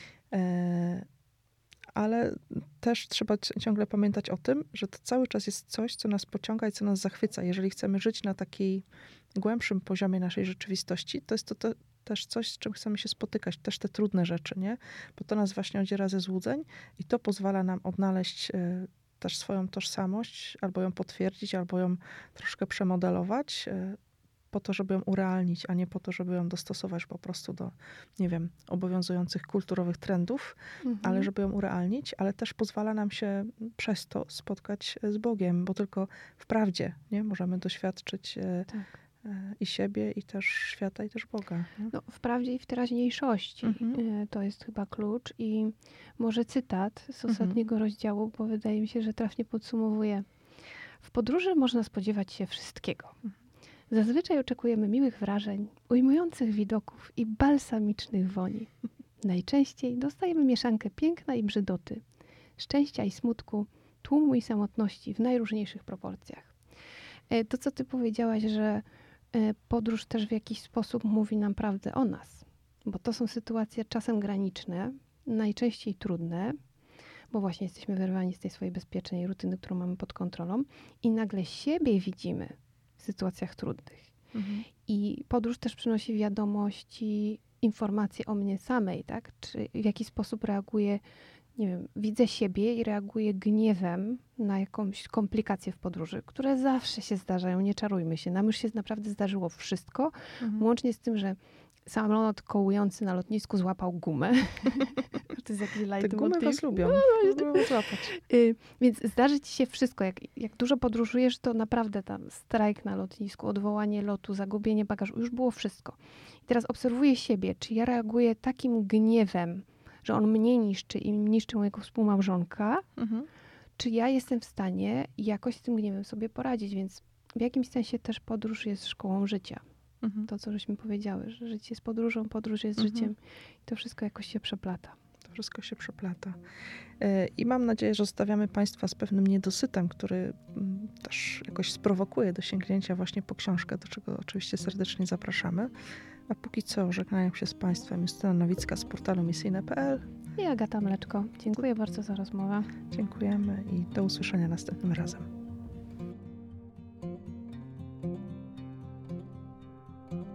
Ale też trzeba ciągle pamiętać o tym, że to cały czas jest coś, co nas pociąga i co nas zachwyca. Jeżeli chcemy żyć na takiej głębszym poziomie naszej rzeczywistości, to jest to, to też coś, z czym chcemy się spotykać, też te trudne rzeczy, nie? Bo to nas właśnie odziera ze złudzeń i to pozwala nam odnaleźć y, też swoją tożsamość, albo ją potwierdzić, albo ją troszkę przemodelować, y, po to, żeby ją urealnić, a nie po to, żeby ją dostosować po prostu do, nie wiem, obowiązujących kulturowych trendów, mhm. ale żeby ją urealnić, ale też pozwala nam się przez to spotkać z Bogiem, bo tylko w prawdzie, nie? Możemy doświadczyć y, tak. i siebie, i też świata, i też Boga. No, w prawdzie i w teraźniejszości. Mhm. To jest chyba klucz. I może cytat z ostatniego mhm. rozdziału, bo wydaje mi się, że trafnie podsumowuje. W podróży można spodziewać się wszystkiego. Mhm. Zazwyczaj oczekujemy miłych wrażeń, ujmujących widoków i balsamicznych woni. Najczęściej dostajemy mieszankę piękna i brzydoty, szczęścia i smutku, tłumu i samotności w najróżniejszych proporcjach. To, co ty powiedziałaś, że podróż też w jakiś sposób mówi nam prawdę o nas, bo to są sytuacje czasem graniczne, najczęściej trudne, bo właśnie jesteśmy wyrwani z tej swojej bezpiecznej rutyny, którą mamy pod kontrolą i nagle siebie widzimy w sytuacjach trudnych. Mhm. I podróż też przynosi wiadomości, informacje o mnie samej, tak? Czy w jaki sposób reaguję nie wiem, widzę siebie i reaguję gniewem na jakąś komplikację w podróży, które zawsze się zdarzają, nie czarujmy się. Nam już się naprawdę zdarzyło wszystko, mhm. łącznie z tym, że samolot kołujący na lotnisku złapał gumę. To jest jakiś Te gumy was lubią. No, lubią złapać. Y, więc zdarzy ci się wszystko. Jak, jak dużo podróżujesz, to naprawdę tam strajk na lotnisku, odwołanie lotu, zagubienie bagażu, już było wszystko. I teraz obserwuję siebie, czy ja reaguję takim gniewem, że on mnie niszczy i niszczy mojego współmałżonka, mhm. czy ja jestem w stanie jakoś z tym gniewem sobie poradzić. Więc w jakimś sensie też podróż jest szkołą życia. Mhm. To, co żeśmy powiedziały, że życie jest podróżą, podróż jest mhm. życiem i to wszystko jakoś się przeplata. To wszystko się przeplata. I mam nadzieję, że zostawiamy Państwa z pewnym niedosytem, który też jakoś sprowokuje do sięgnięcia właśnie po książkę, do czego oczywiście serdecznie zapraszamy. A póki co żegnają się z Państwem Justyna Nowicka z portalu misyjne kropka p l i Agata Mleczko. Dziękuję bardzo za rozmowę. Dziękujemy i do usłyszenia następnym razem.